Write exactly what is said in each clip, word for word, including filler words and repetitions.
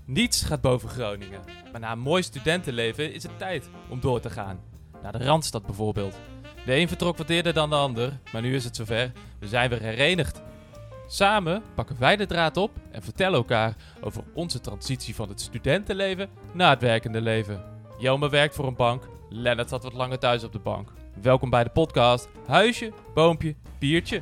Niets gaat boven Groningen. Maar na een mooi studentenleven is het tijd om door te gaan. Naar de Randstad bijvoorbeeld. De een vertrok wat eerder dan de ander, maar nu is het zover. We zijn weer herenigd. Samen pakken wij de draad op en vertellen elkaar over onze transitie van het studentenleven naar het werkende leven. Jelme werkt voor een bank, Lennart zat wat langer thuis op de bank. Welkom bij de podcast Huisje, Boompje, Biertje.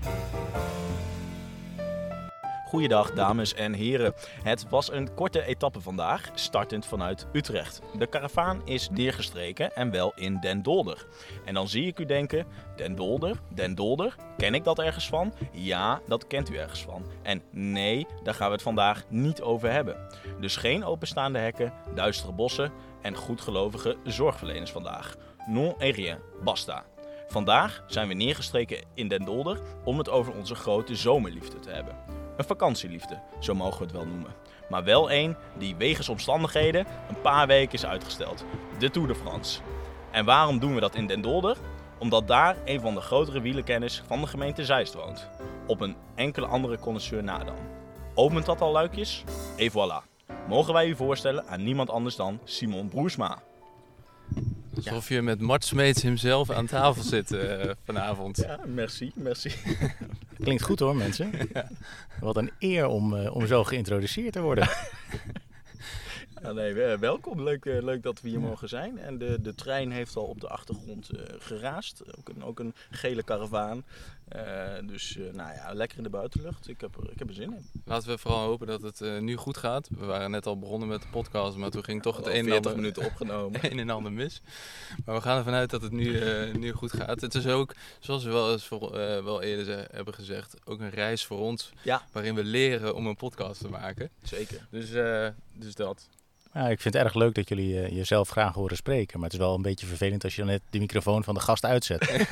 Goeiedag dames en heren. Het was een korte etappe vandaag, startend vanuit Utrecht. De karavaan is neergestreken en wel in Den Dolder. En dan zie ik u denken, Den Dolder, Den Dolder, ken ik dat ergens van? Ja, dat kent u ergens van. En nee, daar gaan we het vandaag niet over hebben. Dus geen openstaande hekken, duistere bossen en goedgelovige zorgverleners vandaag. Non et rien, basta. Vandaag zijn we neergestreken in Den Dolder om het over onze grote zomerliefde te hebben. Een vakantieliefde, zo mogen we het wel noemen. Maar wel één die wegens omstandigheden een paar weken is uitgesteld. De Tour de France. En waarom doen we dat in Den Dolder? Omdat daar een van de grotere wielerkenners van de gemeente Zeist woont. Op een enkele andere connoisseur na dan. Opent dat al luikjes? Et voilà. Mogen wij u voorstellen aan niemand anders dan Simon Broersma. Alsof je met Mart Smeets hemzelf aan tafel zit uh, vanavond. Ja, merci, merci. Klinkt goed hoor, mensen. Ja. Wat een eer om, uh, om zo geïntroduceerd te worden. Ja, nee, welkom. Leuk, uh, leuk dat we hier ja. mogen zijn. En de, de trein heeft al op de achtergrond uh, geraast. Ook een, ook een gele karavaan. Uh, dus uh, nou ja, lekker in de buitenlucht. Ik heb, er, ik heb er zin in. Laten we vooral hopen dat het uh, nu goed gaat. We waren net al begonnen met de podcast, maar toen ging toch het al een en ander, minuten opgenomen. een en ander mis. Maar we gaan ervan uit dat het nu, uh, nu goed gaat. Het is ook, zoals we wel eens voor, uh, wel eerder ze- hebben gezegd, ook een reis voor ons. Ja. Waarin we leren om een podcast te maken. Zeker. Dus, uh, dus dat. Ja, ik vind het erg leuk dat jullie uh, jezelf graag horen spreken. Maar het is wel een beetje vervelend als je dan net de microfoon van de gast uitzet.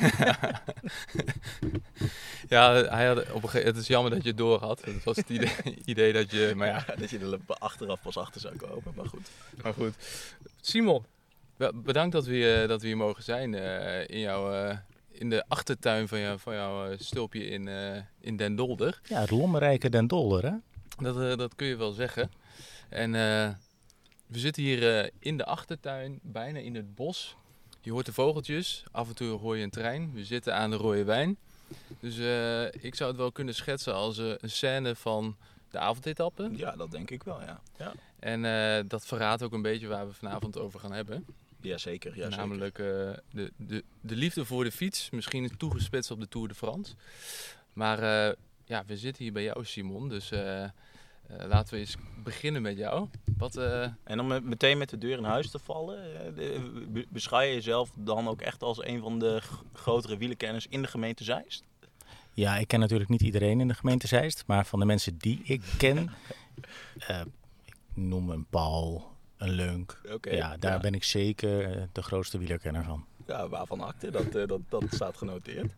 Ja, hij had, op een ge- het is jammer dat je het door had. Het was het idee, idee dat je... Maar ja, Ja, dat je er achteraf pas achter zou komen. Maar goed. maar goed. Simon, wel, bedankt dat we, hier- dat we hier mogen zijn uh, in, jouw, uh, in de achtertuin van, jou, van jouw uh, stulpje in, uh, in Den Dolder. Ja, het lommerrijke Den Dolder, hè? Dat, uh, dat kun je wel zeggen. En uh, we zitten hier uh, in de achtertuin, bijna in het bos. Je hoort de vogeltjes, af en toe hoor je een trein. We zitten aan de Rode Wijn. Dus uh, ik zou het wel kunnen schetsen als uh, een scène van de avondetappe. Ja, dat denk ik wel, ja. Ja, En uh, dat verraadt ook een beetje waar we vanavond over gaan hebben. ja zeker. Ja, Namelijk uh, de, de, de liefde voor de fiets. Misschien toegespitst op de Tour de France. Maar uh, ja, we zitten hier bij jou, Simon. Dus uh, uh, laten we eens beginnen met jou. Wat, uh... En om meteen met de deur in huis te vallen, beschouw je jezelf dan ook echt als een van de g- grotere wielerkenners in de gemeente Zeist? Ja, ik ken natuurlijk niet iedereen in de gemeente Zeist. Maar van de mensen die ik ken, uh, ik noem een Paul, een Leunk. Okay, ja, daar ja. ben ik zeker uh, de grootste wielerkenner van. Ja, waarvan akte, dat, uh, dat, dat staat genoteerd.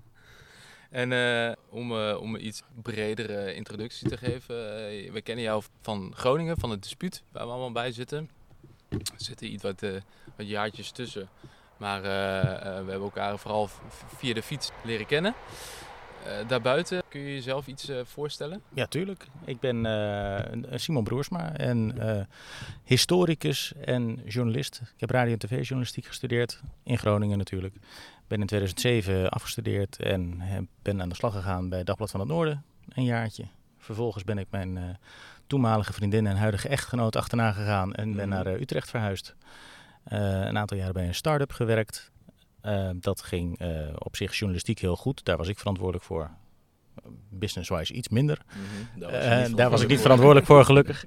En uh, om, uh, om een iets bredere introductie te geven. Uh, we kennen jou van Groningen, van het dispuut waar we allemaal bij zitten. Er zitten iets wat, uh, wat jaartjes tussen. Maar uh, uh, we hebben elkaar vooral v- via de fiets leren kennen. Uh, daarbuiten, kun je jezelf iets uh, voorstellen? Ja, tuurlijk. Ik ben uh, Simon Broersma en uh, historicus en journalist. Ik heb radio- en tv-journalistiek gestudeerd, in Groningen natuurlijk. Ben in tweeduizend zeven afgestudeerd en heb, ben aan de slag gegaan bij Dagblad van het Noorden, een jaartje. Vervolgens ben ik mijn uh, toenmalige vriendin en huidige echtgenoot achterna gegaan en ben Mm-hmm. naar uh, Utrecht verhuisd. Uh, een aantal jaren bij een start-up gewerkt. Uh, dat ging uh, op zich journalistiek heel goed, daar was ik verantwoordelijk voor. Business-wise iets minder. Mm-hmm. Daar, was, uh, daar was ik niet verantwoordelijk voor, gelukkig.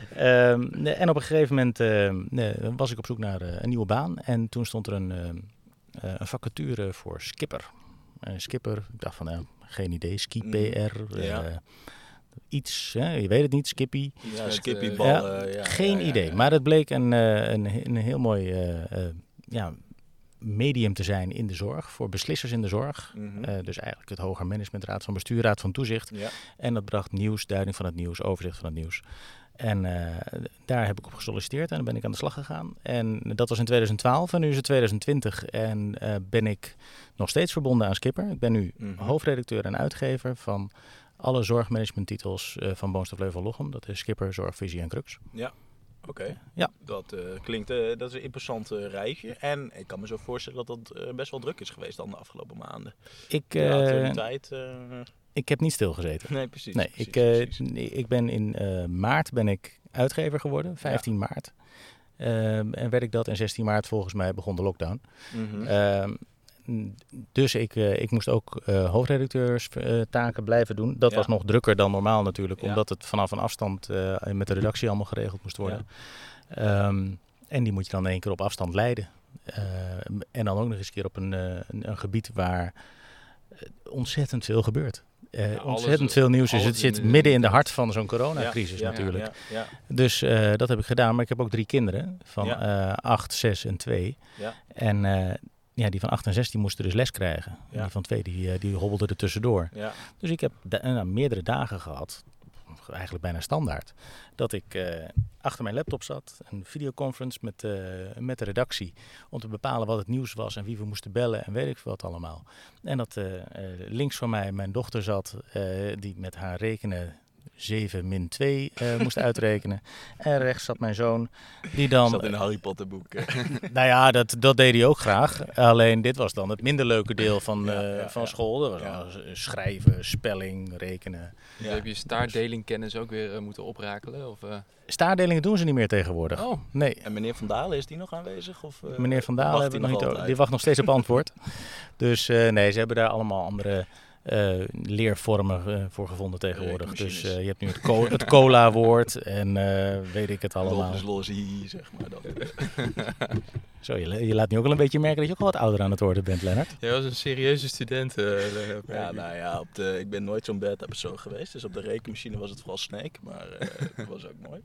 Um, en op een gegeven moment uh, nee, was ik op zoek naar uh, een nieuwe baan. En toen stond er een, uh, uh, een vacature voor skipper. Uh, skipper, ik dacht van, uh, geen idee, ski-P R, uh, ja. iets, hè, je weet het niet, Skippy. Ja, Met, skippybal. Ja, Uh, ja, geen ja, ja, idee, ja. maar het bleek een, uh, een, een heel mooi uh, uh, ja, medium te zijn in de zorg, voor beslissers in de zorg. Mm-hmm. Uh, dus eigenlijk het hoger management, raad van bestuur, raad van toezicht. Ja. En dat bracht nieuws, duiding van het nieuws, overzicht van het nieuws. En uh, daar heb ik op gesolliciteerd en dan ben ik aan de slag gegaan. En dat was in tweeduizend twaalf en nu is het tweeduizend twintig en uh, ben ik nog steeds verbonden aan Skipper. Ik ben nu Mm-hmm. hoofdredacteur en uitgever van alle zorgmanagementtitels uh, van Boonstervleuvel Lochem. Dat is Skipper, Zorgvisie en Crux. Ja. Oké, okay. Ja. Dat uh, klinkt, uh, dat is een imposant uh, reisje. En ik kan me zo voorstellen dat dat uh, best wel druk is geweest dan de afgelopen maanden. Ik, uh, uh, die tijd, uh... ik heb niet stilgezeten. Nee, precies. Nee, precies, ik, uh, precies. ik ben in uh, maart ben ik uitgever geworden, vijftien ja. maart. Uh, en werd ik dat en zestien maart volgens mij begon de lockdown. Mm-hmm. Uh, Dus ik, uh, ik moest ook uh, hoofdredacteurstaken uh, blijven doen. Dat ja. was nog drukker dan normaal natuurlijk, ja. omdat het vanaf een afstand uh, met de redactie allemaal geregeld moest worden. Ja. Um, en die moet je dan één keer op afstand leiden. Uh, en dan ook nog eens een keer op een, uh, een, een gebied waar ontzettend veel gebeurt. Uh, ja, ontzettend alles, veel nieuws is. Het zit in midden in de hart van zo'n coronacrisis ja, ja, natuurlijk. Ja, ja, ja. Dus uh, dat heb ik gedaan. Maar ik heb ook drie kinderen van ja. uh, acht, zes en twee. Ja. En... Uh, Ja, die van acht en zes die moesten dus les krijgen. Ja. En die van twee die, die hobbelden er tussendoor. Ja. Dus ik heb da- nou, meerdere dagen gehad, eigenlijk bijna standaard, dat ik uh, achter mijn laptop zat, een videoconference met, uh, met de redactie, om te bepalen wat het nieuws was en wie we moesten bellen en weet ik wat allemaal. En dat uh, uh, links van mij mijn dochter zat, uh, die met haar rekenen zeven min twee uh, moest uitrekenen. En rechts zat mijn zoon, die dan... Zat in een Harry Potter boek. Nou ja, dat, dat deed hij ook graag. Alleen dit was dan het minder leuke deel van, ja, uh, ja, van ja. school. Dat was ja. schrijven, spelling, rekenen. Ja. Dus heb je staartdelingkennis ook weer uh, moeten oprakelen? Of, uh... Staardelingen doen ze niet meer tegenwoordig. Oh. Nee. En meneer Van Dalen, is die nog aanwezig? Of, uh, meneer Van Dalen hebben nog niet o- die wacht nog steeds op antwoord. Dus uh, nee, ze hebben daar allemaal andere... Uh, leervormen uh, voor gevonden tegenwoordig. Dus uh, je hebt nu het, co- het cola-woord en uh, weet ik het allemaal. Lossie, zeg maar. Dat. Zo, je, je laat nu ook wel een beetje merken dat je ook al wat ouder aan het worden bent, Lennart. Jij was een serieuze student. Uh, ja, nou ja, op de, ik ben nooit zo'n bad persoon geweest. Dus op de rekenmachine was het vooral Snake, maar uh, dat was ook mooi.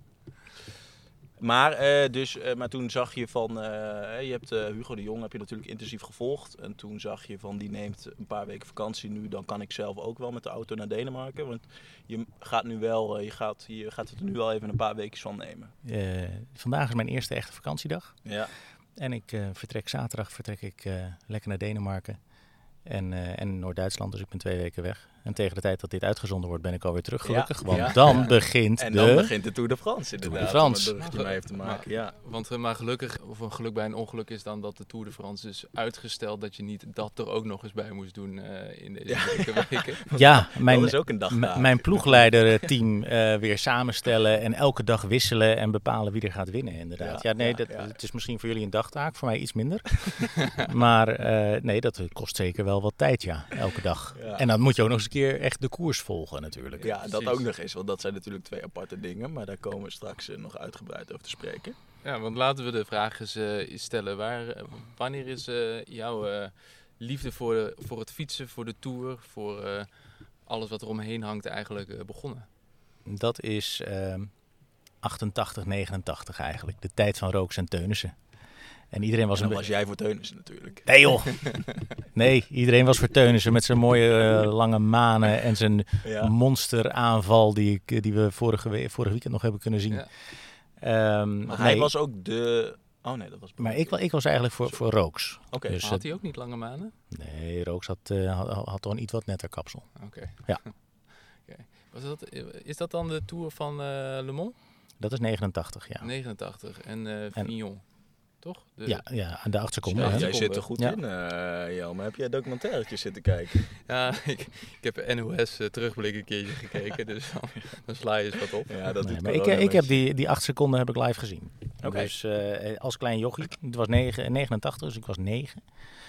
Maar, uh, dus, uh, maar toen zag je van, uh, je hebt uh, Hugo de Jong heb je natuurlijk intensief gevolgd. En toen zag je van, die neemt een paar weken vakantie nu, dan kan ik zelf ook wel met de auto naar Denemarken. Want je gaat nu wel, uh, je, gaat, je gaat het er nu wel even een paar weken van nemen. Uh, vandaag is mijn eerste echte vakantiedag. Ja. En ik uh, vertrek zaterdag, vertrek ik uh, lekker naar Denemarken. En, uh, en Noord-Duitsland, dus ik ben twee weken weg. En tegen de tijd dat dit uitgezonden wordt, ben ik alweer terug, gelukkig. Ja, want ja, dan ja. begint en de... En dan begint de Tour de France, inderdaad. Tour de France. Om het mee heeft te maken, maar, ja. Want, maar gelukkig, of een geluk bij een ongeluk is dan dat de Tour de France is uitgesteld. Dat je niet dat er ook nog eens bij moest doen uh, in deze ja. weken. Ja, mijn, dat is ook een dag m- mijn ploegleiderteam uh, weer samenstellen en elke dag wisselen en bepalen wie er gaat winnen, inderdaad. Ja, ja nee, ja, dat, ja. het is misschien voor jullie een dagtaak, voor mij iets minder. Maar uh, nee, dat kost zeker wel wat tijd, ja, elke dag. Ja. En dan moet je ook nog eens een keer echt de koers volgen natuurlijk. Ja, dat Precies. ook nog eens, want dat zijn natuurlijk twee aparte dingen, maar daar komen we straks uh, nog uitgebreid over te spreken. Ja, want laten we de vraag eens uh, stellen. Waar, uh, wanneer is uh, jouw uh, liefde voor, de, voor het fietsen, voor de Tour, voor uh, alles wat er omheen hangt eigenlijk uh, begonnen? Dat is uh, achtentachtig, negenentachtig eigenlijk, de tijd van Rooks en Teunissen. En iedereen was en dan een was jij voor Teunissen natuurlijk. Nee joh. Nee, iedereen was voor Teunissen met zijn mooie uh, lange manen en zijn ja. monsteraanval die, ik, die we vorige, we- vorige weekend nog hebben kunnen zien. Ja. Um, maar hij nee. was ook de... Oh nee, dat was... Maar ik, ik was eigenlijk voor, voor Rooks. Oké. Okay. Dus had hij ook niet lange manen? Nee, Rooks had, uh, had, had toch een iets wat netter kapsel. Oké. Okay. Ja. Okay. Was dat, is dat dan de Tour van uh, Le Mans? Dat is negenentachtig, ja. negenentachtig en uh, Fignon. Toch? De... Ja, ja, aan de acht seconden. Ja, ja. Jij zit er goed ja. in, uh, Jelme. Heb jij documentaires zitten kijken? Ja, ik, ik heb N O S uh, terugblik een keertje gekeken, dus dan, dan sla je eens wat op. Ja, dat nee, maar ik, ik heb die, die acht seconden heb ik live gezien. Okay. Dus uh, als klein jochie, het was negen, negenentachtig, dus ik was negen.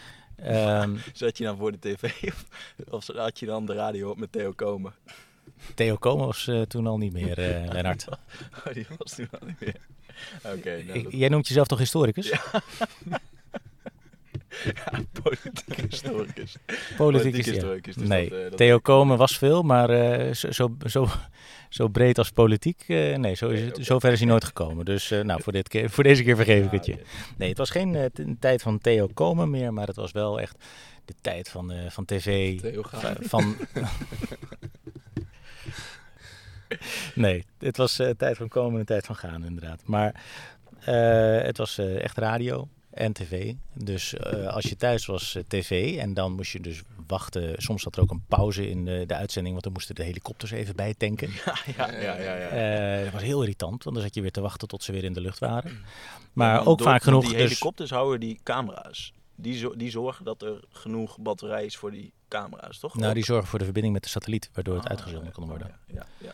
Um, Zat je dan voor de tv of, of had je dan de radio op met Theo Komen? Theo Komen was uh, toen al niet meer, uh, Lennart. Oh, die was toen al niet meer. Okay, nou, ik, dat... Jij noemt jezelf toch historicus? Ja, ja politiek historicus. Politiek, politiek historicus. Ja. Dus nee, dat, uh, dat Theo Komen was veel, maar uh, zo, zo, zo, zo breed als politiek, uh, nee, zo, is het, okay. Zover is hij nooit gekomen. Dus uh, nou, voor, dit keer, voor deze keer vergeef ja, ik het je. Okay. Nee, het was geen uh, t- een tijd van Theo Komen meer, maar het was wel echt de tijd van, uh, van tv. Theo van, van Nee, het was uh, tijd van komen en tijd van gaan inderdaad. Maar uh, het was uh, echt radio. en tv. Dus uh, als je thuis was, uh, tv. En dan moest je dus wachten. Soms zat er ook een pauze in de, de uitzending, want dan moesten de helikopters even bijtanken. Ja, ja, ja. ja, ja. Uh, dat was heel irritant, want dan zat je weer te wachten tot ze weer in de lucht waren. Maar ja, ook door, vaak genoeg... Die dus... helikopters houden die camera's. Die, zo- die zorgen dat er genoeg batterij is voor die camera's, toch? Nou, die zorgen voor de verbinding met de satelliet, waardoor het ah, uitgezonden ja, kon worden. Ja, ja, ja.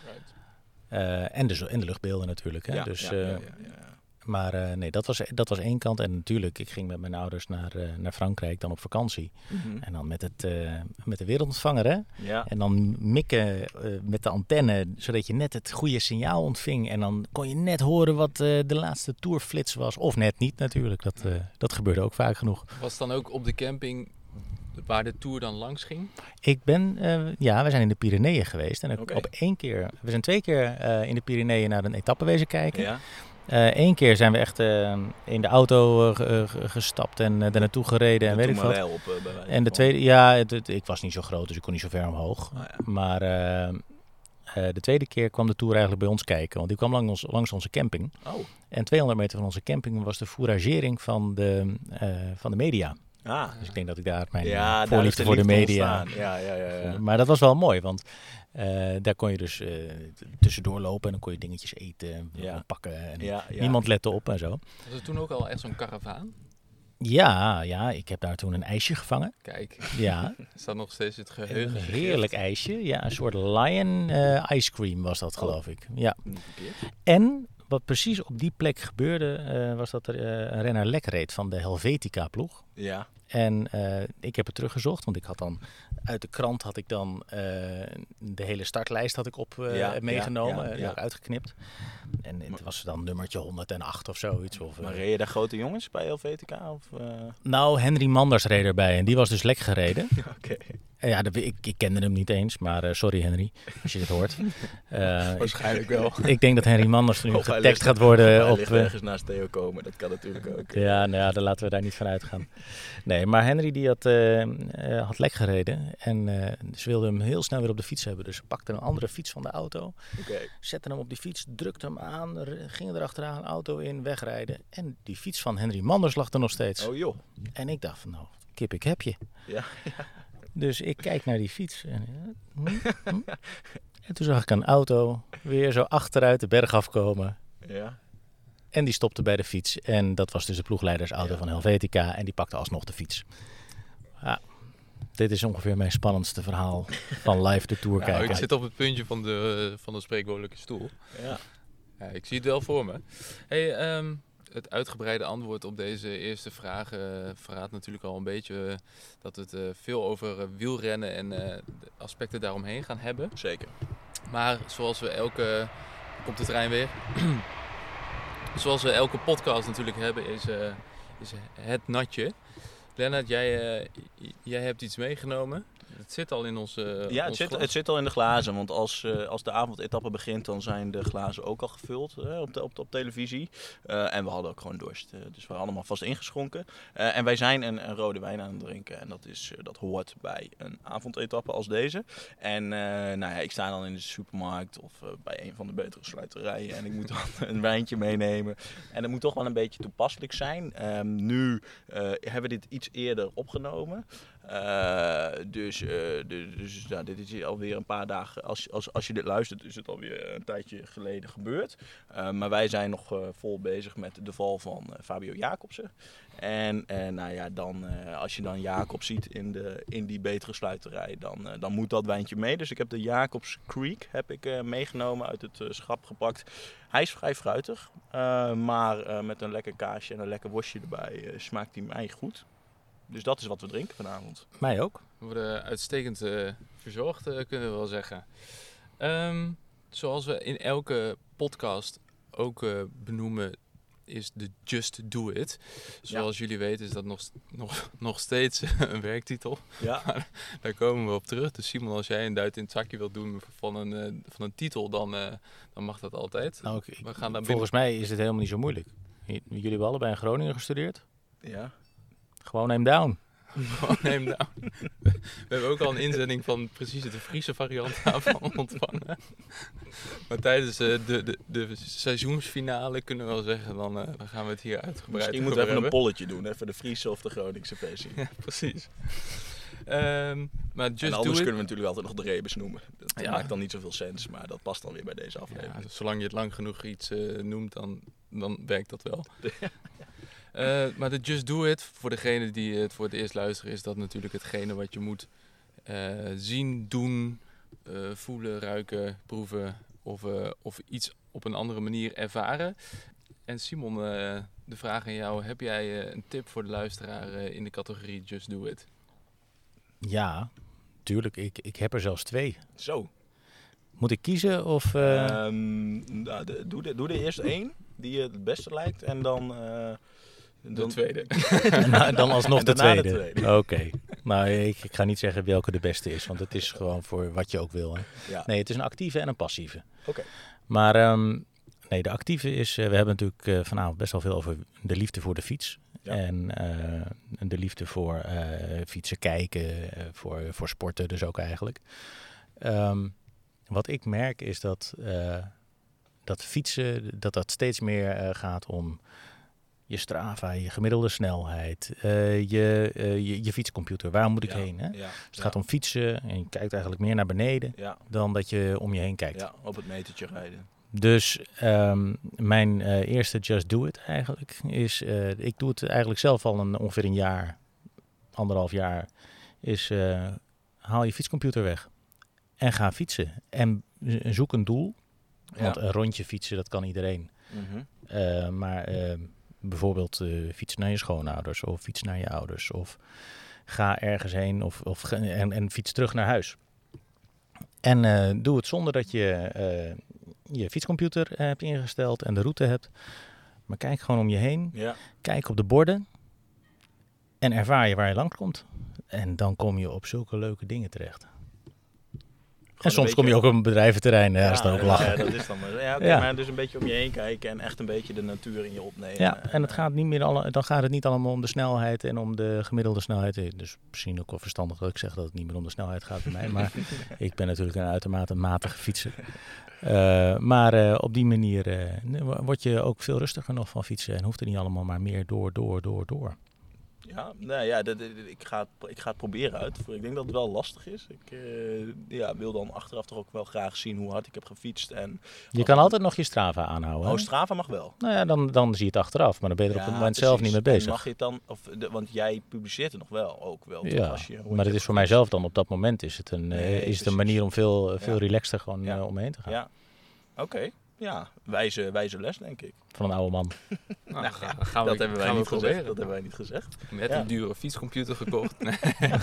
Uh, en, de, en de luchtbeelden natuurlijk. Hè? Ja, dus, ja, uh, ja, ja, ja. Maar uh, nee, dat was, dat was één kant. En natuurlijk, ik ging met mijn ouders naar, uh, naar Frankrijk, dan op vakantie. Mm-hmm. En dan met, het, uh, met de wereldontvanger, hè? Ja. En dan mikken uh, met de antenne, zodat je net het goede signaal ontving. En dan kon je net horen wat uh, de laatste tourflits was. Of net niet natuurlijk, dat, uh, dat gebeurde ook vaak genoeg. Was het dan ook op de camping waar de tour dan langs ging? Ik ben, uh, ja, we zijn in de Pyreneeën geweest. En Okay. op één keer, we zijn twee keer uh, in de Pyreneeën naar een etappe wezen kijken. Ja. Eén uh, keer zijn we echt uh, in de auto uh, g- gestapt en uh, daar naartoe gereden en weet ik wat. Op, uh, en de tweede, ja, het, het, ik was niet zo groot, dus ik kon niet zo ver omhoog. Oh, ja. Maar uh, uh, de tweede keer kwam de tour eigenlijk bij ons kijken, want die kwam langs, ons, langs onze camping. Oh. En tweehonderd meter van onze camping was de fouragering van de, uh, van de media. Ah. Dus ik denk dat ik daar mijn ja, voorliefde de voor de media... Ja, ja, ja, ja. Maar dat was wel mooi, want uh, daar kon je dus uh, tussendoor lopen en dan kon je dingetjes eten, ja. pakken. En ja, ja. niemand lette op en zo. Was het toen ook al echt zo'n karavaan? Ja, ja, ik heb daar toen een ijsje gevangen. Kijk, ja. staat nog steeds het geheugen. Een heerlijk ijsje. Ja, een soort lion uh, ice cream was dat, geloof oh. ik. Ja. En wat precies op die plek gebeurde, uh, was dat er uh, een renner lek reed van de Helvetica-ploeg. Ja. En uh, ik heb het teruggezocht, want ik had dan uit de krant had ik dan uh, de hele startlijst had ik op uh, ja, meegenomen, ja, ja, ja. uitgeknipt. En het was dan nummertje honderdacht of zoiets. Of, maar reed je daar grote jongens bij Helvetica? Of, uh... Nou, Henry Manders reed erbij en die was dus lek gereden. Oké. Okay. Ja, de, ik, ik kende hem niet eens, maar uh, sorry Henry, als je dit hoort. Uh, Waarschijnlijk wel. Ik denk dat Henry Manders nu getagd gaat worden. Hij op ligt uh, ergens naast Theo komen, dat kan natuurlijk ook. Ja, nou ja, daar laten we daar niet van uitgaan. Nee, maar Henry die had, uh, uh, had lek gereden en uh, ze wilden hem heel snel weer op de fiets hebben. Dus ze pakten een andere fiets van de auto, okay. zetten hem op die fiets, drukten hem aan, gingen erachteraan, auto in, wegrijden. En die fiets van Henry Manders lag er nog steeds. Oh joh. En ik dacht van nou, kip, ik heb je. Ja, ja. Dus ik kijk naar die fiets. En, hm, hm. en toen zag ik een auto weer zo achteruit de berg afkomen. Ja. En die stopte bij de fiets. En dat was dus de ploegleidersauto ja. van Helvetica. En die pakte alsnog de fiets. Ja, dit is ongeveer mijn spannendste verhaal van live de Tour ja, kijken. Ik zit op het puntje van de, van de spreekwoordelijke stoel. Ja. Ja, ik zie het wel voor me. Hey, um, het uitgebreide antwoord op deze eerste vraag uh, verraadt natuurlijk al een beetje uh, dat we het uh, veel over uh, wielrennen en uh, de aspecten daaromheen gaan hebben. Zeker. Maar zoals we elke... Komt de trein weer? Zoals we elke podcast natuurlijk hebben, is, uh, is het natje. Lennart, jij, uh, jij hebt iets meegenomen. Het zit al in onze uh, Ja, het ons zit, glas. het zit al in de glazen. Want als, uh, als de avondetappe begint, dan zijn de glazen ook al gevuld uh, op, de, op, de, op televisie. Uh, en we hadden ook gewoon dorst. Uh, dus we hadden allemaal vast ingeschonken. Uh, en wij zijn een, een rode wijn aan het drinken. En dat, is, uh, dat hoort bij een avondetappe als deze. En uh, nou ja, ik sta dan in de supermarkt of uh, bij een van de betere sluiterijen. En ik moet dan een wijntje meenemen. En dat moet toch wel een beetje toepasselijk zijn. Um, nu uh, hebben we dit iets eerder opgenomen. Uh, dus uh, dus nou, dit is alweer een paar dagen, als, als, als je dit luistert, is het alweer een tijdje geleden gebeurd. Uh, maar wij zijn nog uh, vol bezig met de val van uh, Fabio Jacobsen. En uh, nou ja, dan, uh, als je dan Jacob ziet in, de, in die betere sluiterij, dan, uh, dan moet dat wijntje mee. Dus ik heb de Jacobs Creek heb ik, uh, meegenomen, uit het uh, schap gepakt. Hij is vrij fruitig, uh, maar uh, met een lekker kaasje en een lekker worstje erbij uh, smaakt hij mij goed. Dus dat is wat we drinken vanavond. Mij ook. We worden uitstekend uh, verzorgd, uh, kunnen we wel zeggen. Um, zoals we in elke podcast ook uh, benoemen, is de Just Do It. Zoals ja. jullie weten is dat nog, nog, nog steeds een werktitel. Ja. Maar daar komen we op terug. Dus Simon, als jij een duit in het zakje wilt doen van een, uh, van een titel, dan, uh, dan mag dat altijd. Nou, ik, we gaan daar volgens mij is het helemaal niet zo moeilijk. Jullie hebben allebei in Groningen gestudeerd? Ja. Gewoon neem down. Gewoon neem down. We hebben ook al een inzending van precies de Friese variant daarvan ontvangen. Maar Maar tijdens uh, de, de, de seizoensfinale kunnen we wel zeggen, dan, uh, dan gaan we het hier uitgebreid Misschien moeten we even hebben. een polletje doen, even de Friese of de Groningse versie. Ja, precies. Um, maar just en anders do it. kunnen we natuurlijk altijd nog de rebus noemen. Dat ja. maakt dan niet zoveel sens, maar dat past dan weer bij deze aflevering. Ja, zolang je het lang genoeg iets uh, noemt, dan, dan werkt dat wel. uh, maar de Just Do It, voor degene die het voor het eerst luisteren, is dat natuurlijk hetgene wat je moet uh, zien, doen, uh, voelen, ruiken, proeven of, uh, of iets op een andere manier ervaren. En Simon, uh, de vraag aan jou, heb jij uh, een tip voor de luisteraar uh, in de categorie Just Do It? Ja, tuurlijk. Ik, ik heb er zelfs twee. Zo. Moet ik kiezen of... Uh... Um, nou, de, doe, de, doe er eerst één die je het beste lijkt en dan... Uh, de dan... tweede. en dan alsnog de tweede. tweede. Oké. Okay. Maar ik, ik ga niet zeggen welke de beste is, want het is gewoon voor wat je ook wil. Hè. Ja. Nee, het is een actieve en een passieve. Oké. Okay. Maar um, nee, de actieve is... Uh, we hebben natuurlijk uh, vanavond best wel veel over de liefde voor de fiets. Ja. En uh, de liefde voor uh, fietsen kijken, uh, voor, voor sporten dus ook eigenlijk. Um, wat ik merk is dat, uh, dat fietsen, dat dat steeds meer uh, gaat om je Strava, je gemiddelde snelheid, uh, je, uh, je, je fietscomputer. Waar moet ik ja, heen? Hè? Ja, dus het ja. gaat om fietsen en je kijkt eigenlijk meer naar beneden ja. dan dat je om je heen kijkt. Ja, op het metertje rijden. Dus um, mijn uh, eerste Just Do It eigenlijk is, uh, ik doe het eigenlijk zelf al een, ongeveer een jaar, anderhalf jaar, is uh, haal je fietscomputer weg en ga fietsen. En zoek een doel, want ja. een rondje fietsen, dat kan iedereen. Mm-hmm. Uh, maar uh, bijvoorbeeld uh, fietsen naar je schoonouders of fietsen naar je ouders of ga ergens heen of, of, en, en fiets terug naar huis. En uh, doe het zonder dat je... Uh, je fietscomputer hebt ingesteld en de route hebt. Maar kijk gewoon om je heen. Ja. Kijk op de borden. En ervaar je waar je langs komt. En dan kom je op zulke leuke dingen terecht. En soms beetje... kom je ook op een bedrijventerrein. Ja, is dan ook lachen. Ja, dat is dan maar. Ja, okay, ja. Maar dus een beetje om je heen kijken en echt een beetje de natuur in je opnemen. Ja, en, en het gaat niet meer alle, dan gaat het niet allemaal om de snelheid en om de gemiddelde snelheid. Dus misschien ook wel verstandig dat ik zeg dat het niet meer om de snelheid gaat bij mij. Maar ik ben natuurlijk een uitermate matige fietser. Uh, maar uh, op die manier uh, word je ook veel rustiger nog van fietsen en hoeft er niet allemaal maar meer door, door, door, door. Ja, nou ja, dat, dat, ik, ga het, ik ga het proberen uit. Ik denk dat het wel lastig is. Ik uh, ja, wil dan achteraf toch ook wel graag zien hoe hard ik heb gefietst. En je kan altijd nog je Strava aanhouden. Oh, Strava mag wel. Nou ja, dan, dan zie je het achteraf, maar dan ben je er ja, op het moment precies. zelf niet mee bezig. En mag je het dan, of de, want jij publiceert het nog wel ook wel. Ja, als je maar het is voor mijzelf dan op dat moment is het een, nee, uh, is het een manier om veel, veel ja. relaxter gewoon ja. uh, omheen te gaan. Ja, oké. Okay. Ja, wijze, wijze les, denk ik. Van een oude man. Nou, nou, gaan, gaan we, dat hebben wij niet gezegd. Dat hebben wij niet gezegd. Met ja. een dure fietscomputer gekocht. Nee.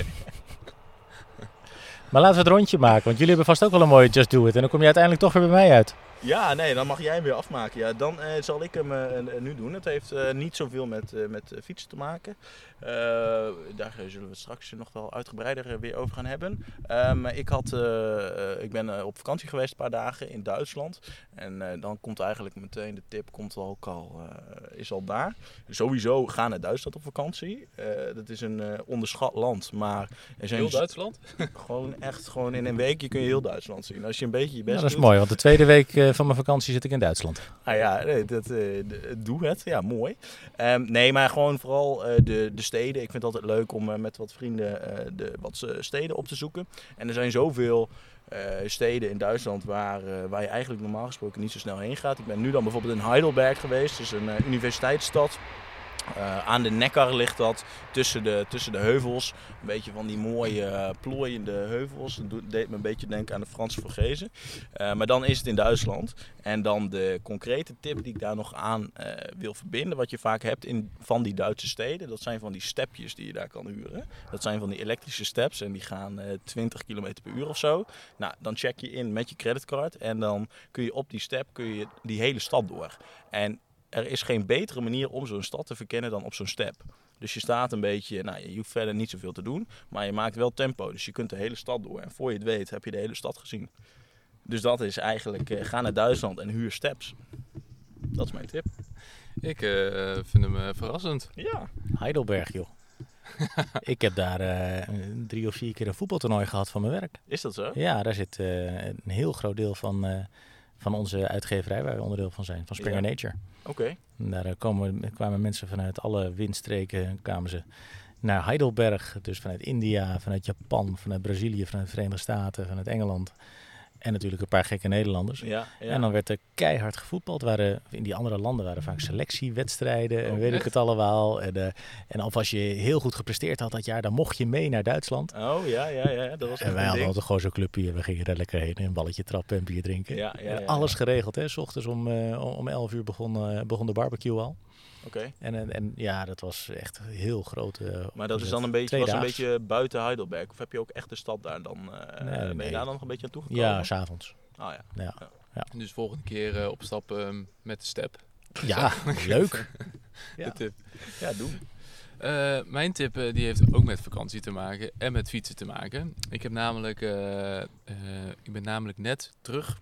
Maar laten we het rondje maken, want jullie hebben vast ook wel een mooie Just Do It. En dan kom je uiteindelijk toch weer bij mij uit. Ja, nee, dan mag jij hem weer afmaken. Ja, dan uh, zal ik hem uh, nu doen. Het heeft uh, niet zoveel met, uh, met uh, fietsen te maken. Uh, daar zullen we het straks nog wel uitgebreider uh, weer over gaan hebben. Um, ik, had, uh, uh, ik ben uh, op vakantie geweest een paar dagen in Duitsland. En uh, dan komt eigenlijk meteen de tip, komt ook al, uh, is al daar. Sowieso ga naar Duitsland op vakantie. Uh, dat is een uh, onderschat land. Maar er zijn heel Duitsland? Gewoon echt, gewoon in een weekje kun je heel Duitsland zien. Als je een beetje je best ja, dat is doet. mooi, want de tweede week uh, van mijn vakantie zit ik in Duitsland. Ah ja, nee, dat, uh, doe het. Ja, mooi. Um, nee, maar gewoon vooral uh, de, de steden. Ik vind het altijd leuk om uh, met wat vrienden uh, de, wat uh, steden op te zoeken. En er zijn zoveel uh, steden in Duitsland waar, uh, waar je eigenlijk normaal gesproken niet zo snel heen gaat. Ik ben nu dan bijvoorbeeld in Heidelberg geweest. Het is een uh, universiteitsstad. Uh, aan de Neckar ligt dat, tussen de, tussen de heuvels. Een beetje van die mooie uh, plooiende heuvels. Dat deed me een beetje denken aan de Franse Vogezen. Uh, maar dan is het in Duitsland. En dan de concrete tip die ik daar nog aan uh, wil verbinden. Wat je vaak hebt in, van die Duitse steden. Dat zijn van die stepjes die je daar kan huren. Dat zijn van die elektrische steps. En die gaan uh, twintig kilometer per uur of zo. Nou, dan check je in met je creditcard. En dan kun je op die step kun je die hele stad door. En er is geen betere manier om zo'n stad te verkennen dan op zo'n step. Dus je staat een beetje, nou je hoeft verder niet zoveel te doen, maar je maakt wel tempo. Dus je kunt de hele stad door en voor je het weet heb je de hele stad gezien. Dus dat is eigenlijk, uh, ga naar Duitsland en huur steps. Dat is mijn tip. Ik uh, vind hem uh, verrassend. Ja. Heidelberg joh. Ik heb daar uh, drie of vier keer een voetbaltoernooi gehad van mijn werk. Is dat zo? Ja, daar zit uh, een heel groot deel van... Uh, van onze uitgeverij, waar we onderdeel van zijn, van Springer Ja. Nature. Oké. Okay. Daar uh, komen, kwamen mensen vanuit alle windstreken, kwamen ze naar Heidelberg, dus vanuit India, vanuit Japan, vanuit Brazilië, vanuit de Verenigde Staten, vanuit Engeland. En natuurlijk een paar gekke Nederlanders. Ja, ja. En dan werd er keihard gevoetbald. Waren, in die andere landen waren vaak selectiewedstrijden en Oh, weet echt? ik het allemaal. En, uh, en of als je heel goed gepresteerd had dat jaar, dan mocht je mee naar Duitsland. Oh ja, ja, ja. Dat was En echt wij een hadden ding. altijd gewoon zo'n clubje en we gingen er lekker heen. Een balletje trappen en bier drinken. Ja, ja, en ja, alles ja. geregeld. Hè. 's Ochtends om, uh, om elf uur begon, uh, begon de barbecue al. Oké. Okay. En, en, en ja, dat was echt heel groot. Uh, Maar dat is dan een beetje, was een Tweedaags. beetje buiten Heidelberg. Of heb je ook echt de stad daar dan? Uh, Nee, ben je nee. daar dan nog een beetje naartoe gekomen? Ja, s'avonds. Ah ja. Ja, ja. Dus volgende keer uh, op stap um, met de step. ja leuk. De Ja. tip. Ja, doe. Uh, mijn tip uh, die heeft ook met vakantie te maken en met fietsen te maken. Ik, heb namelijk, uh, uh, ik ben namelijk net terug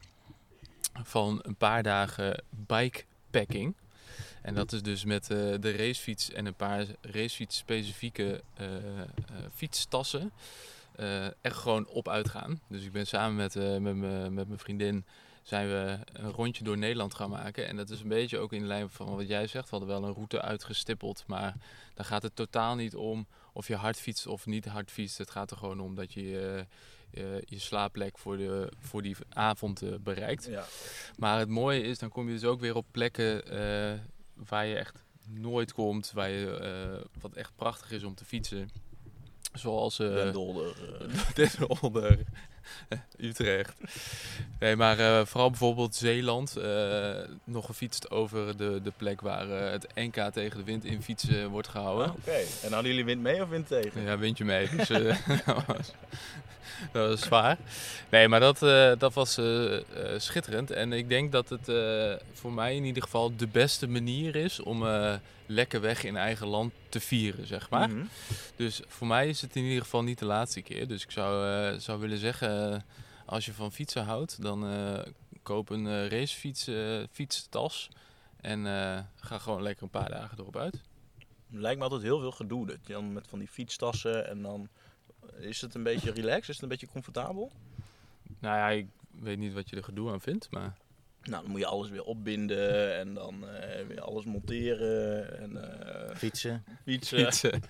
van een paar dagen bikepacking. En dat is dus met uh, de racefiets en een paar racefiets-specifieke uh, uh, fietstassen. Uh, echt gewoon op uitgaan. Dus ik ben samen met, uh, met, me, met mijn vriendin zijn we een rondje door Nederland gaan maken. En dat is een beetje ook in de lijn van wat jij zegt. We hadden wel een route uitgestippeld. Maar daar gaat het totaal niet om of je hard fietst of niet hard fietst. Het gaat er gewoon om dat je uh, uh, je slaapplek voor, de, voor die avond uh, bereikt. Ja. Maar het mooie is, dan kom je dus ook weer op plekken uh, waar je echt nooit komt. Waar je, uh, wat echt prachtig is om te fietsen. Zoals uh, Den Dolder. Uh. Den Dolder, Utrecht. Nee, maar uh, vooral bijvoorbeeld Zeeland. Uh, nog gefietst over de, de plek waar uh, het N K tegen de wind in fietsen wordt gehouden. Ah, Oké, okay. En hadden jullie wind mee of wind tegen? Ja, windje mee. Dus uh, dat, was, dat was zwaar. Nee, maar dat, uh, dat was uh, uh, schitterend. En ik denk dat het uh, voor mij in ieder geval de beste manier is om uh, lekker weg in eigen land te vieren, zeg maar. Mm-hmm. Dus voor mij is het in ieder geval niet de laatste keer. Dus ik zou, uh, zou willen zeggen, uh, als je van fietsen houdt, dan uh, koop een uh, racefiets, uh, fietstas. En uh, ga gewoon lekker een paar dagen erop uit. Lijkt me altijd heel veel gedoe. Dat je dan met van die fietstassen en dan... Is het een beetje relaxed? Is het een beetje comfortabel? Nou ja, ik weet niet wat je er gedoe aan vindt, maar... Nou, dan moet je alles weer opbinden en dan uh, weer alles monteren en uh, fietsen. Fietsen. fietsen.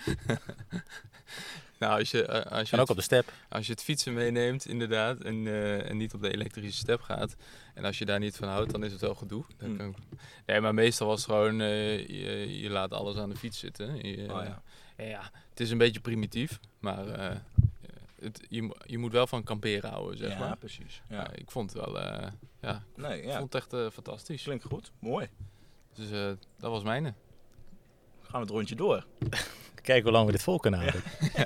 Nou, als je, uh, als, je kan ook het, op de step. als je het fietsen meeneemt, inderdaad, en, uh, en niet op de elektrische step gaat, en als je daar niet van houdt, dan is het wel gedoe. Dan Mm. kan... Nee, maar meestal was het gewoon, uh, je, je laat alles aan de fiets zitten. Je, Oh, ja. ja, het is een beetje primitief, maar uh, het, je, je moet wel van kamperen houden, zeg ja, maar. precies. Ja. Ja, ik vond het wel, uh, ja, Nee, ik ja. vond het echt uh, fantastisch. Klinkt goed. Mooi. Dus uh, dat was mijne. Gaan we het rondje door. Kijken hoe lang we dit vol kunnen houden. Ja.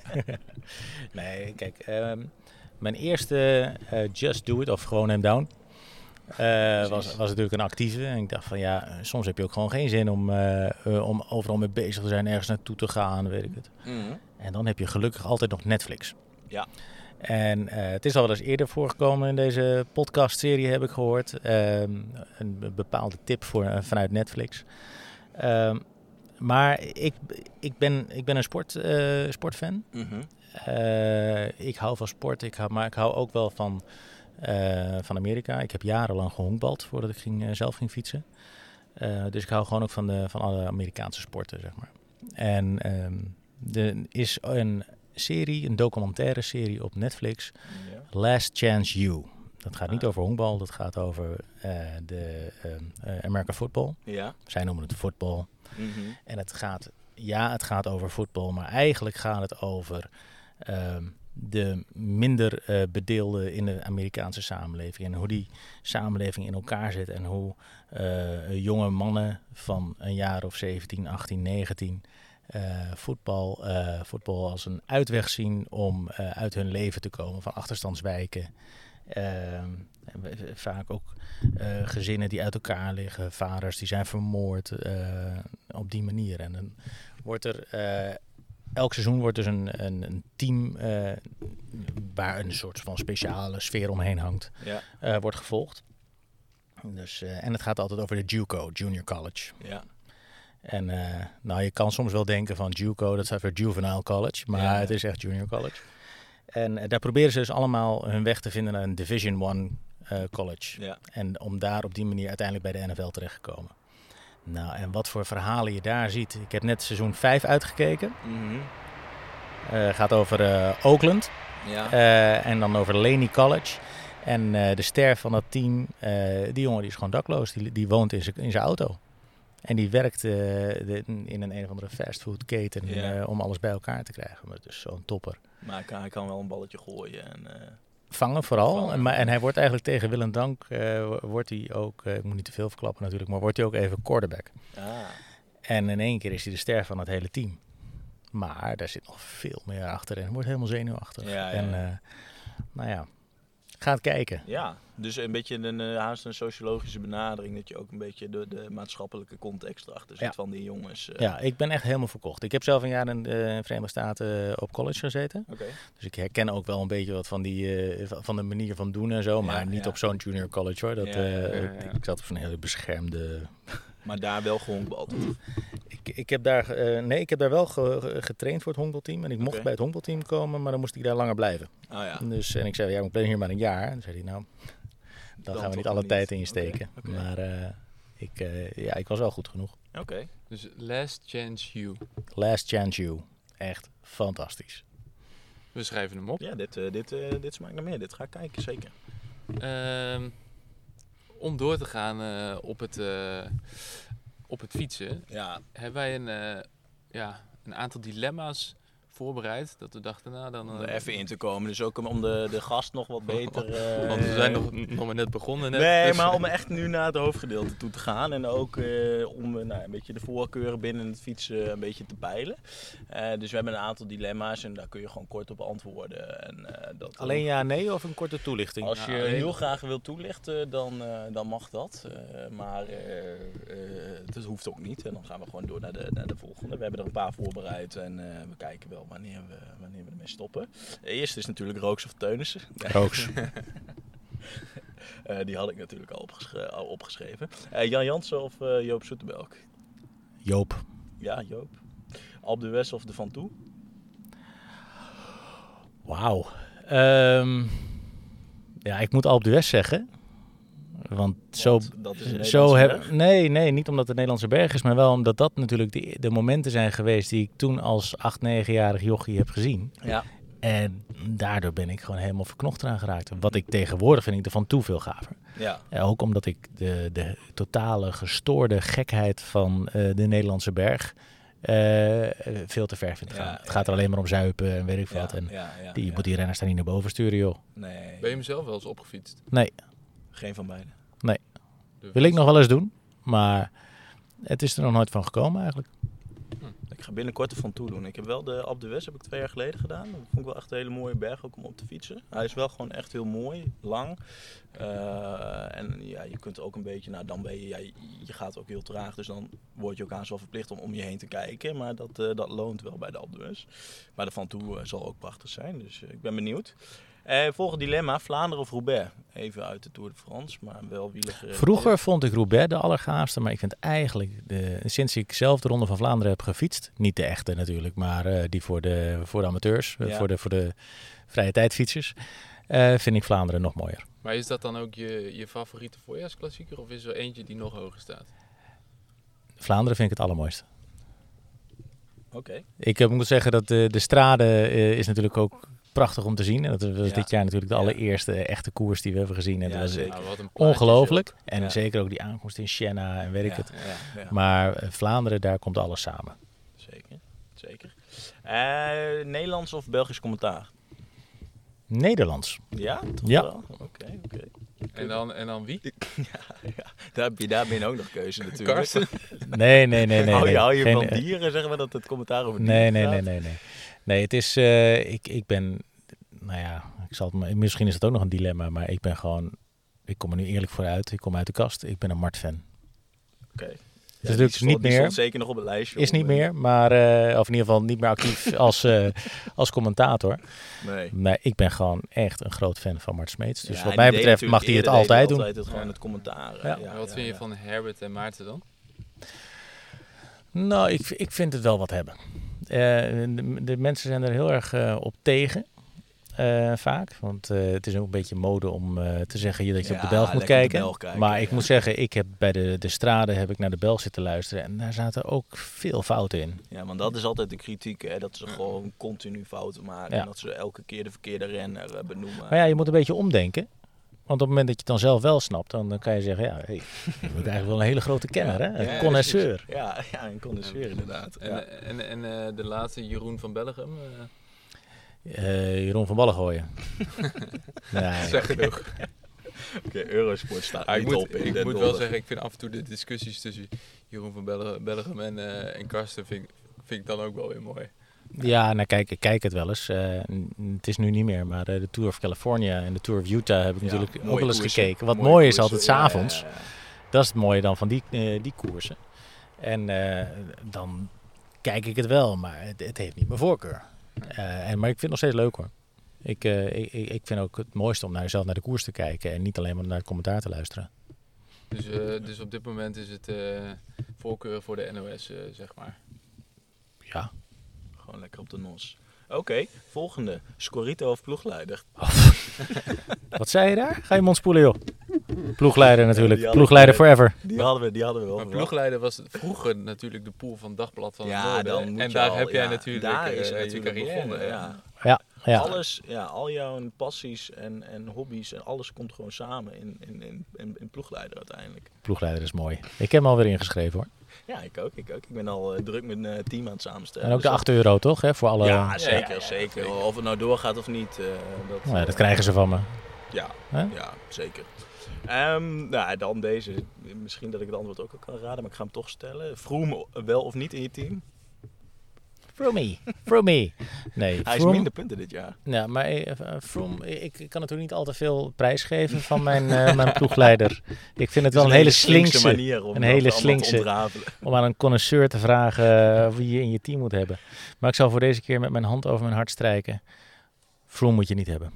Nee, kijk. Um, mijn eerste uh, Just Do It, of gewoon hem down, uh, was, was natuurlijk een actieve. En ik dacht van ja, soms heb je ook gewoon geen zin om, uh, uh, om overal mee bezig te zijn, ergens naartoe te gaan, weet ik het. Mm-hmm. En dan heb je gelukkig altijd nog Netflix. Ja. En uh, het is al wel eens eerder voorgekomen in deze podcastserie, heb ik gehoord. Um, een bepaalde tip voor, uh, vanuit Netflix. Um, maar ik, ik, ben, ik ben een sport, uh, sportfan. Mm-hmm. Uh, ik hou van sport, ik hou, maar ik hou ook wel van, uh, van Amerika. Ik heb jarenlang gehonkbald voordat ik ging, uh, zelf ging fietsen. Uh, dus ik hou gewoon ook van, de, van alle Amerikaanse sporten, zeg maar. En um, er is een serie, een documentaire serie op Netflix, Ja. Last Chance U. Dat gaat niet Ah. over honkbal, dat gaat over uh, de uh, uh, American football. Ja. Zij noemen het voetbal. Mm-hmm. En het gaat, ja, het gaat over voetbal, maar eigenlijk gaat het over um, de minder uh, bedeelden in de Amerikaanse samenleving. En hoe die samenleving in elkaar zit. En hoe uh, jonge mannen van een jaar of zeventien, achttien, negentien uh, voetbal, uh, voetbal als een uitweg zien om uh, uit hun leven te komen van achterstandswijken. Uh, vaak ook uh, gezinnen die uit elkaar liggen, vaders die zijn vermoord uh, op die manier. En dan wordt er uh, elk seizoen wordt dus een, een, een team uh, waar een soort van speciale sfeer omheen hangt, Ja. uh, wordt gevolgd. Dus, uh, en het gaat altijd over de JUCO, Junior College. Ja. En uh, nou, je kan soms wel denken van JUCO, dat staat voor Juvenile College, maar Ja. het is echt Junior College. En uh, daar proberen ze dus allemaal hun weg te vinden naar een Division One uh, college. Ja. En om daar op die manier uiteindelijk bij de N F L terechtgekomen. Nou, en wat voor verhalen je daar ziet. Ik heb net seizoen vijf uitgekeken. Mm-hmm. Uh, gaat over uh, Oakland. Ja. Uh, en dan over Laney College. En uh, de ster van dat team, uh, die jongen die is gewoon dakloos. Die, die woont in zijn in zijn auto. En die werkt uh, de, in een een of andere fastfoodketen Ja. uh, om alles bij elkaar te krijgen. Maar dus zo'n topper. Maar hij kan, hij kan wel een balletje gooien. En, uh... Vangen vooral. Vangen. En, maar, en hij wordt eigenlijk tegen wil en dank, uh, wordt hij ook, uh, ik moet niet te veel verklappen natuurlijk, maar wordt hij ook even quarterback. Ah. En in één keer is hij de ster van het hele team. Maar daar zit nog veel meer achter en wordt helemaal zenuwachtig. Ja, ja, en ja. Uh, nou ja, gaat kijken. Ja, dus een beetje een, uh, haast een sociologische benadering. Dat je ook een beetje de, de maatschappelijke context erachter zit Ja. van die jongens. Uh. Ja, ik ben echt helemaal verkocht. Ik heb zelf een jaar in de Verenigde Staten uh, op college gezeten. Okay. Dus ik herken ook wel een beetje wat van, die, uh, van de manier van doen en zo. Maar Ja, niet ja. op zo'n junior college hoor. Dat, Ja, ja, uh, ja, ja. Ik zat op zo'n hele beschermde... Maar daar wel gehonkbald. Ik, ik, heb daar, uh, nee, ik heb daar wel ge, getraind voor het honkbalteam. En ik mocht Okay. bij het honkbalteam komen, maar dan moest ik daar langer blijven. Oh, ja. Dus, en ik zei, ja, ik ben hier maar een jaar. En toen zei hij, nou, dan, Dan gaan we niet toch alle niet. tijd in je steken. Okay, okay. Maar uh, ik, uh, ja, ik was wel goed genoeg. Oké. Okay. Dus Last Chance You. Last Chance You. Echt fantastisch. We schrijven hem op. Ja, dit, uh, dit, uh, dit smaakt naar meer. Dit ga ik kijken, zeker. Uh, om door te gaan uh, op, het, uh, op het fietsen, Ja. hebben wij een, uh, ja, een aantal dilemma's voorbereid. Dat we dachten, nou dan... Uh, Om er even in te komen. Dus ook om de, de gast nog wat beter... Uh, Want we zijn nog, nog maar net begonnen. Net, nee, dus, maar om echt nu naar het hoofdgedeelte toe te gaan. En ook uh, om uh, nou, een beetje de voorkeuren binnen het fietsen een beetje te peilen. Uh, dus we hebben een aantal dilemma's en daar kun je gewoon kort op antwoorden. En, uh, dat Alleen ja, nee of een korte toelichting? Als je Nou, alleen- heel graag wil toelichten, dan, uh, dan mag dat. Uh, maar uh, uh, dat hoeft ook niet. En dan gaan we gewoon door naar de, naar de volgende. We hebben er een paar voorbereid en uh, we kijken wel wanneer we, wanneer we ermee stoppen. Eerst is natuurlijk Rooks of Teunissen. Rooks. uh, die had ik natuurlijk al, opgeschre- al opgeschreven. Uh, Jan Jansen of uh, Joop Zoetemelk? Joop. Ja, Joop. Alpe d'Huez of de Van Toe? Wauw. Um, ja, ik moet Alpe d'Huez zeggen. Want zo, Want dat is een zo Nederlandse heb, berg. nee, nee, niet omdat het Nederlandse berg is, maar wel omdat dat natuurlijk de, de momenten zijn geweest die ik toen als acht, negenjarig jochie heb gezien. Ja. En daardoor ben ik gewoon helemaal verknocht eraan geraakt. Wat ik tegenwoordig vind ik ervan toe veel gaver. Ja. Ja, ook omdat ik de, de totale gestoorde gekheid van uh, de Nederlandse berg uh, veel te ver vind gaan. Ja, het gaat er ja, alleen maar om zuipen en weet ik Ja, wat. En ja, ja, die ja. moet die renners daar niet naar boven sturen, joh. Nee, Ben je hem zelf wel eens opgefietst? Nee, geen van beiden. De wil ik nog wel eens doen. Maar het is er nog nooit van gekomen eigenlijk. Ik ga binnenkort er van toe doen. Ik heb wel de Alpe d'Huez heb ik twee jaar geleden gedaan. Dat vond ik wel echt een hele mooie berg ook om op te fietsen. Hij is wel gewoon echt heel mooi, lang. Uh, en ja, je kunt ook een beetje, nou dan ben je, ja, je gaat ook heel traag. Dus dan word je ook aan zo verplicht om om je heen te kijken. Maar dat, uh, dat loont wel bij de Alpe d'Huez. Maar de van toe uh, zal ook prachtig zijn. Dus uh, ik ben benieuwd. Uh, volgende dilemma, Vlaanderen of Roubaix? Even uit de Tour de France, maar wel wieler. Vroeger vond ik Roubaix de allergaafste, maar ik vind eigenlijk, de, sinds ik zelf de Ronde van Vlaanderen heb gefietst, niet de echte natuurlijk, maar uh, die voor de, voor de amateurs, Ja. uh, voor, de, voor de vrije tijdfietsers, uh, vind ik Vlaanderen nog mooier. Maar is dat dan ook je, je favoriete voorjaarsklassieker of is er eentje die nog hoger staat? Vlaanderen vind ik het allermooiste. Oké. Okay. Ik uh, moet zeggen dat de, de strade uh, is natuurlijk ook prachtig om te zien. En dat was Ja. dit jaar natuurlijk de Ja. allereerste echte koers die we hebben gezien. En Ja, dat was zeker. Nou, wat een plaatje ongelooflijk. is En Ja. zeker ook die aankomst in Siena en weet ik Ja, het. ja, ja. Maar uh, Vlaanderen, daar komt alles samen. Zeker, zeker. Uh, Nederlands of Belgisch commentaar? Nederlands. Ja, toch Ja. wel? Oké, okay, oké. Okay. En dan, en dan wie? ja, ja. Daar heb je daar ben je ook nog keuze natuurlijk. Karsten? Nee, nee, nee, nee. hou je, nee. hou je Geen, van uh, dieren, zeggen we dat het commentaar over dieren Nee, nee, nee, gaat? nee, nee. Nee, het is, uh, ik, ik ben, nou ja, ik zal het, maar- misschien is het ook nog een dilemma, maar ik ben gewoon, ik kom er nu eerlijk voor uit, ik kom uit de kast, ik ben een Mart-fan. Oké. Het Ja, is die natuurlijk stond- niet die meer, stond zeker nog op het lijstje. is om, niet eh, meer, maar, uh, of in ieder geval niet meer actief als, uh, als commentator. Nee. Maar ik ben gewoon echt een groot fan van Mart Smeets. Dus Ja, wat en mij die deed betreft mag hij natuurlijk het eerder altijd deed doen. hij altijd gewoon Ja. het commentaar. Ja. Ja, En wat ja, vind je ja. van Herbert en Maarten dan? Nou, ik, ik vind het wel wat hebben. Uh, de, de mensen zijn er heel erg uh, op tegen. uh, vaak. Want uh, het is ook een beetje mode om uh, te zeggen dat je Ja, op de Belg moet lekker kijken. de Belg kijken, Maar ik ja. moet zeggen, ik heb bij de, de Strade heb ik naar de Belg zitten luisteren. En daar zaten ook veel fouten in. Ja, want dat is altijd de kritiek, hè? Dat ze gewoon continu fouten maken. Ja. En dat ze elke keer de verkeerde renner uh, benoemen. Maar ja, je moet een beetje omdenken. Want op het moment dat je het dan zelf wel snapt, dan, dan kan je zeggen, ja, hey, je bent eigenlijk wel een hele grote kenner, hè? Een Ja, connoisseur. precies. Ja, ja, een connoisseur inderdaad. En, Ja. en, en uh, de laatste, Jeroen van Bellegem. Uh, Uh, Jeroen van Ballen gooien. Nee. zeg genoeg. Oké, okay, Eurosport staat Ah, ik niet moet, op in ik Den moet wel Dolder. zeggen, ik vind af en toe de discussies tussen Jeroen van Bellegem, Bellegem en, uh, en Karsten vind, vind ik dan ook wel weer mooi. Ja, nou kijk, ik kijk het wel eens. Uh, het is nu niet meer, maar uh, de Tour of California en de Tour of Utah heb ik Ja, natuurlijk ook mooie wel eens koersen. gekeken. Wat Mooie mooi is koersen. altijd Ja, 's avonds. ja, ja. Dat is het mooie dan van die, uh, die koersen. En uh, dan kijk ik het wel, maar het, het heeft niet mijn voorkeur. Uh, en, maar ik vind het nog steeds leuk hoor. Ik, uh, ik, ik vind ook het mooiste om naar jezelf naar de koers te kijken en niet alleen maar naar het commentaar te luisteren. Dus, uh, dus op dit moment is het uh, voorkeur voor de N O S, uh, zeg maar. Ja. Gewoon lekker op de nos. Oké, okay, volgende. Scorito of ploegleider? Wat zei je daar? Ga je mond spoelen joh. Ploegleider natuurlijk. Ja, Ploegleider we, forever. Die hadden we, die hadden we wel. Maar ploegleider was vroeger natuurlijk de pool van Dagblad van ja, het Noorden. dan moet en je daar al, heb jij ja, natuurlijk, daar is uh, het je natuurlijk carrière. begonnen. Ja. Ja, ja. Alles, ja, al jouw passies en, en hobby's en alles komt gewoon samen in, in, in, in, in ploegleider uiteindelijk. Ploegleider is mooi. Ik heb hem alweer ingeschreven hoor. Ja, ik ook. Ik, ook. ik ben al uh, druk met mijn uh, team aan het samenstellen. En ook de dus acht euro toch? Hè, voor alle... Ja, zeker, ja, ja, zeker. zeker. Of het nou doorgaat of niet. Uh, dat, Nou ja, dat krijgen ze van me. Ja, Huh? ja zeker. Um, nou, dan deze. Misschien dat ik het antwoord ook al kan raden, maar ik ga hem toch stellen. Froome wel of niet in je team? Froome. Froome. Nee, Hij is Froome- minder punten dit jaar. Ja, maar uh, Froome, ik, ik kan natuurlijk niet al te veel prijs geven van mijn, uh, mijn ploegleider. Ik vind het wel een, een hele slinkse manier om een hele dat allemaal te slinkse- ontrafelen. om aan een connoisseur te vragen uh, wie je in je team moet hebben. Maar ik zal voor deze keer met mijn hand over mijn hart strijken. Froome moet je niet hebben.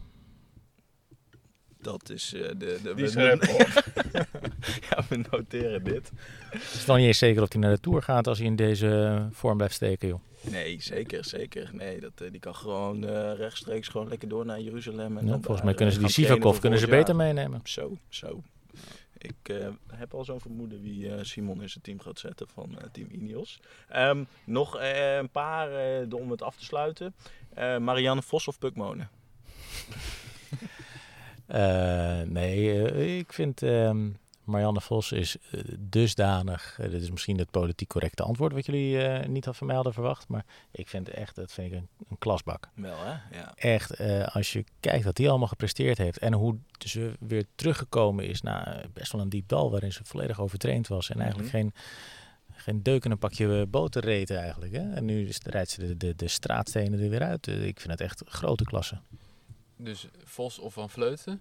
Dat is uh, de... de Die we, scherp ja, we noteren dit. Het is dan niet eens zeker of hij naar de Tour gaat als hij in deze vorm blijft steken, joh. Nee, zeker, zeker. Nee, dat, uh, die kan gewoon uh, rechtstreeks gewoon lekker door naar Jeruzalem. En Ja, dan volgens daar, mij kunnen ze uh, die gaan trainen Sivakov voor kunnen ze volgend beter jaar. meenemen. Zo, zo. Ik uh, heb al zo'n vermoeden wie uh, Simon in zijn team gaat zetten van uh, Team Ineos. Um, nog uh, een paar uh, om het af te sluiten. Uh, Marianne Vos of Puckmonen? Uh, nee, uh, ik vind um, Marianne Vos is uh, dusdanig. Uh, dit is misschien het politiek correcte antwoord wat jullie uh, niet had van mij hadden verwacht. Maar ik vind echt, dat vind ik een, een klasbak. Wel hè? Ja. Echt, uh, als je kijkt wat die allemaal gepresteerd heeft. En hoe ze weer teruggekomen is na uh, best wel een diep dal. Waarin ze volledig overtraind was. En eigenlijk Mhm. geen, geen deuk in een pakje boter reed eigenlijk. Hè? En nu is, rijdt ze de, de, de straatstenen er weer uit. Uh, ik vind het echt grote klasse. Dus Vos of Van Vleuten?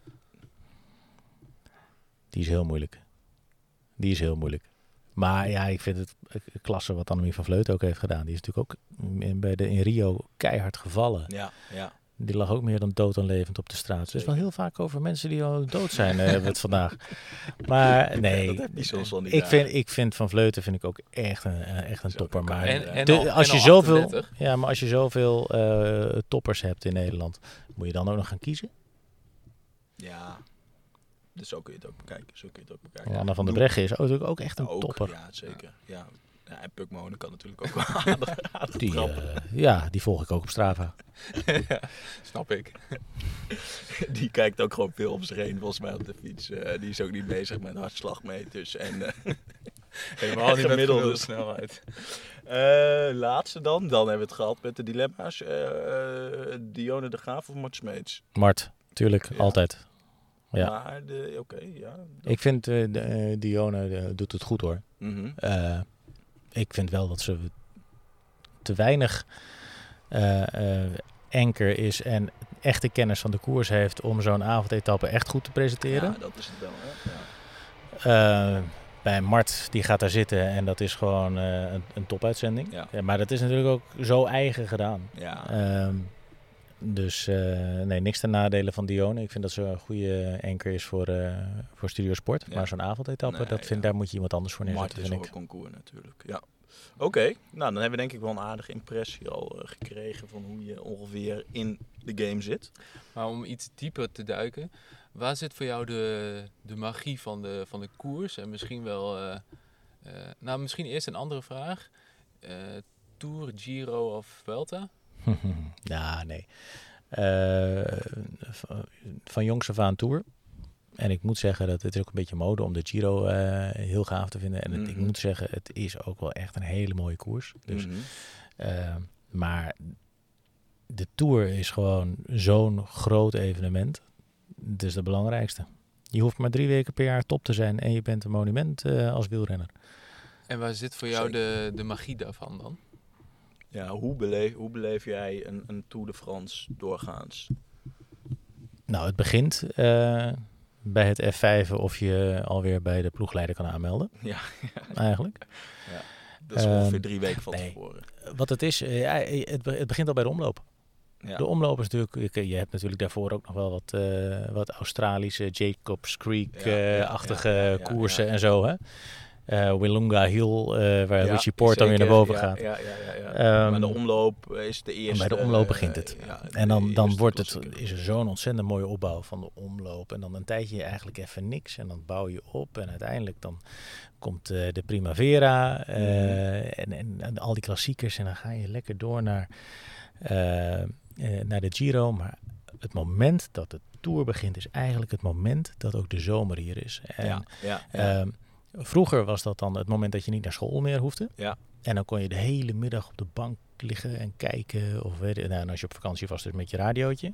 Die is heel moeilijk. Die is heel moeilijk. Maar ja, ik vind het klasse wat Annemie van Vleuten ook heeft gedaan. Die is natuurlijk ook in, bij de, in Rio keihard gevallen. Ja, ja. Die lag ook meer dan dood en levend op de straat. Het is wel heel vaak over mensen die al dood zijn, hebben we het vandaag. Maar nee, Dat heb je soms wel niet ik aan. vind, ik vind Van Vleuten vind ik ook echt een, echt een Zo topper. ook. Maar En, en de- al, als, en je al zoveel, achtendertig. ja, maar als je zoveel uh, toppers hebt in Nederland, moet je dan ook nog gaan kiezen? Ja. Dus zo kun je het ook bekijken. Zo kun je het ook bekijken. Anna van der Doe- Breggen is ook, natuurlijk ook echt een ook, topper. Ja, zeker. Ja. Ja, en Puckmonen kan natuurlijk ook wel aardig, aardig Die, trappen. uh, ja, die volg ik ook op Strava. Ja, snap ik. Die kijkt ook gewoon veel om zich heen, volgens mij, op de fiets. Uh, die is ook niet bezig met hartslagmeters en uh, Helemaal niet met gemiddelde gemiddelde snelheid. uh, laatste dan. Dan hebben we het gehad met de dilemma's. Uh, uh, Dionne de Graaf of Mart Smeets? Mart, tuurlijk, Ja. altijd. Ja. Maar, de- oké, okay, ja. dat- Ik vind uh, de, uh, Dionne uh, doet het goed hoor. Mhm. Uh, ik vind wel dat ze te weinig uh, uh, anker is en echte kennis van de koers heeft om zo'n avondetappe echt goed te presenteren. Ja, dat is het wel. Hè? Ja. Uh, bij Mart, die gaat daar zitten en dat is gewoon uh, een, een topuitzending. Ja. Ja, maar dat is natuurlijk ook zo eigen gedaan. Ja. Um, dus uh, nee, niks ten nadele van Dionne. Ik vind dat ze een goede anker is voor, uh, voor Studio Sport. Ja. Maar zo'n avondetappe, Nee, dat vind, ja. daar moet je iemand anders voor Mart neerzetten, is vind ook ik. een concours natuurlijk. Ja, Oké, okay. Nou dan hebben we denk ik wel een aardige impressie al uh, gekregen van hoe je ongeveer in de game zit. Maar om iets dieper te duiken, waar zit voor jou de, de magie van de, van de koers? En misschien wel, uh, uh, nou misschien eerst een andere vraag. Uh, Tour, Giro of Vuelta? Ja, nee. Uh, van, van jongs af aan Tour. En ik moet zeggen dat het is ook een beetje mode om de Giro uh, heel gaaf te vinden. En het, mm-hmm. ik moet zeggen, het is ook wel echt een hele mooie koers. Dus, mm-hmm. uh, maar de Tour is gewoon zo'n groot evenement. Het is de belangrijkste. Je hoeft maar drie weken per jaar top te zijn en je bent een monument uh, als wielrenner. En waar zit voor jou de, de magie daarvan dan? Ja, hoe beleef, hoe beleef jij een, een Tour de France doorgaans? Nou, het begint uh, bij het F vijf of je alweer bij de ploegleider kan aanmelden. Ja. Eigenlijk. Ja, dat is ongeveer um, drie weken van nee. tevoren. Wat het is, uh, het, het begint al bij de omloop. Ja. De omloop is natuurlijk, je hebt natuurlijk daarvoor ook nog wel wat, uh, wat Australische Jacobs Creek-achtige ja, ja, ja, ja, koersen ja, ja. en zo, hè? Uh, Willunga Hill, uh, waar ja, Richie Porte dan weer naar boven ja, gaat. Ja, ja, ja, ja. Um, maar de omloop is de eerste. Bij de omloop begint het. Uh, ja, en dan, dan wordt het, is er zo'n ontzettend mooie opbouw van de omloop. En dan een tijdje eigenlijk even niks. En dan bouw je op. En uiteindelijk dan komt uh, de Primavera. Uh, mm. en, en, en al die klassiekers. En dan ga je lekker door naar, uh, uh, naar de Giro. Maar het moment dat de Tour begint is eigenlijk het moment dat ook de zomer hier is. En, ja, ja, ja. Uh, Vroeger was dat dan het moment dat je niet naar school meer hoefde. Ja. En dan kon je de hele middag op de bank liggen en kijken. Of weet je, nou, en als je op vakantie was, dus met je radiootje.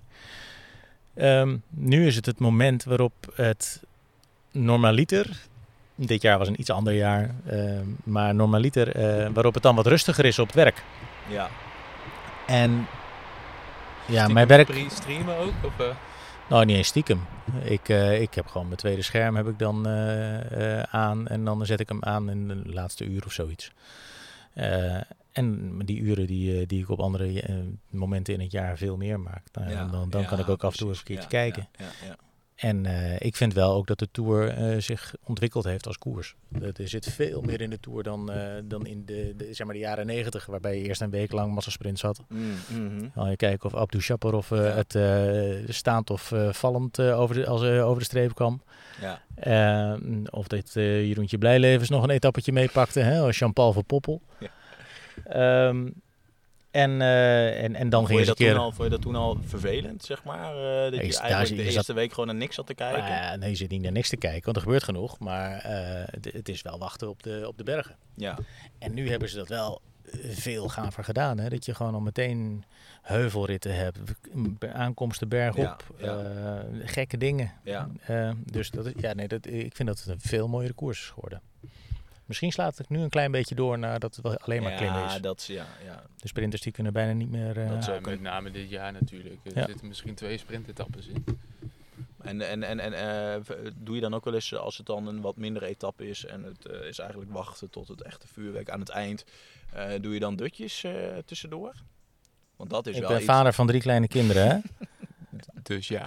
Um, nu is het het moment waarop het normaliter... Dit jaar was een iets ander jaar. Uh, maar normaliter, uh, waarop het dan wat rustiger is op het werk. Ja. En ja, mijn werk... Streamen ook? Of, uh... Nou, niet eens stiekem. Ik, uh, ik heb gewoon mijn tweede scherm heb ik dan uh, uh, aan. En dan zet ik hem aan in de laatste uur of zoiets. Uh, en die uren die, uh, die ik op andere uh, momenten in het jaar veel meer maak. Nou, ja, dan dan ja, kan ik ook af en toe eens een keertje ja, kijken. Ja, ja, ja. En uh, ik vind wel ook dat de Tour uh, zich ontwikkeld heeft als koers. Er zit veel meer in de Tour dan, uh, dan in de, de, zeg maar de jaren negentig, waarbij je eerst een week lang massasprints had. Mm-hmm. Dan je kijken of Abdou Chaparov uh, ja. het uh, staand of uh, vallend uh, over, de, als, uh, over de streep kwam. Ja. Uh, of dat uh, Jeroentje Blijlevens nog een etappetje meepakte, hè, als Jean-Paul van Poppel. Ja. Um, En, uh, en, en dan ging je dat keer... Al, vond je dat toen al vervelend, zeg maar? Uh, dat je is, eigenlijk je, de je eerste zat... week gewoon naar niks zat te kijken? Uh, nee, je zit niet naar niks te kijken, want er gebeurt genoeg. Maar uh, d- het is wel wachten op de, op de bergen. Ja. En nu hebben ze dat wel veel gaver gedaan. Hè? Dat je gewoon al meteen heuvelritten hebt. Aankomsten bergop. Ja, ja. Uh, gekke dingen. Ja. Uh, dus dat is, ja, nee, dat, ik vind dat het een veel mooiere koers is geworden. Misschien slaat het nu een klein beetje door naar dat het wel alleen maar ja, klimmen is. Dat, ja, ja. De sprinters die kunnen bijna niet meer... Uh, dat is ook met name dit jaar natuurlijk. Er ja. zitten misschien twee sprintetappes in. En, en, en, en uh, doe je dan ook wel eens, als het dan een wat mindere etappe is... en het uh, is eigenlijk wachten tot het echte vuurwerk aan het eind... Uh, doe je dan dutjes uh, tussendoor? Want dat is ik wel ben iets... vader van drie kleine kinderen, hè? Dus ja...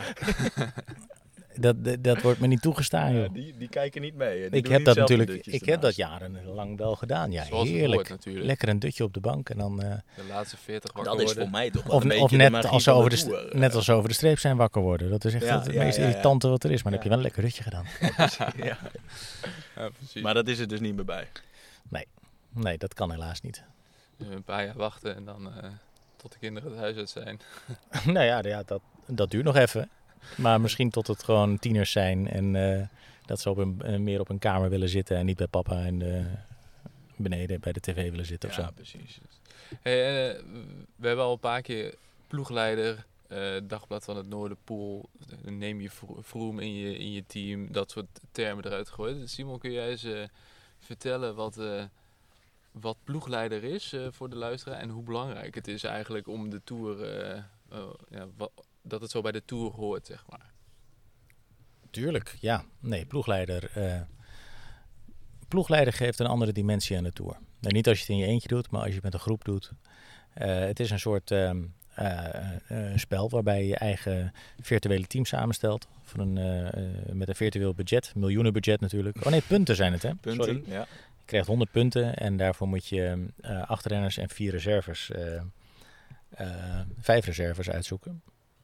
Dat, dat, dat wordt me niet toegestaan, joh. Ja, die, die kijken niet mee. Die ik heb dat natuurlijk, ik heb dat jarenlang wel gedaan. Ja, Zoals heerlijk. Het hoort, Lekker een dutje op de bank en dan. Uh, de laatste veertig wakker dat is worden. voor mij toch wel of, een beetje of net de als ze over de, tour, net als over de streep zijn wakker worden. Dat is echt ja, het ja, meest ja, ja, irritante wat er is. Maar ja. dan heb je wel een lekker dutje gedaan. Ja. Ja, precies. Maar dat is er dus niet meer bij. Nee, nee, dat kan helaas niet. Een paar jaar wachten en dan uh, tot de kinderen het huis uit zijn. Nou ja, ja dat, dat duurt nog even. Maar misschien tot het gewoon tieners zijn en uh, dat ze op een, uh, meer op een kamer willen zitten en niet bij papa en uh, beneden bij de tv willen zitten ja, of zo. Precies. Hey, uh, we hebben al een paar keer ploegleider, uh, Dagblad van het Noorderpool, neem je Froome in je, in je team, dat soort termen eruit gegooid. Simon, kun jij eens uh, vertellen wat, uh, wat ploegleider is uh, voor de luisteraar en hoe belangrijk het is eigenlijk om de Tour... Uh, uh, ja, wat, dat het zo bij de Tour hoort, zeg maar. Tuurlijk, ja. Nee, ploegleider... Uh, ploegleider geeft een andere dimensie aan de Tour. Nou, niet als je het in je eentje doet, maar als je het met een groep doet. Uh, het is een soort uh, uh, uh, spel waarbij je je eigen virtuele team samenstelt. Van een, uh, uh, met een virtueel budget, miljoenenbudget natuurlijk. Oh nee, punten zijn het, hè? Punten, Sorry. ja. Je krijgt honderd punten en daarvoor moet je uh, acht renners en vier reserves, uh, uh, vijf reserves uitzoeken.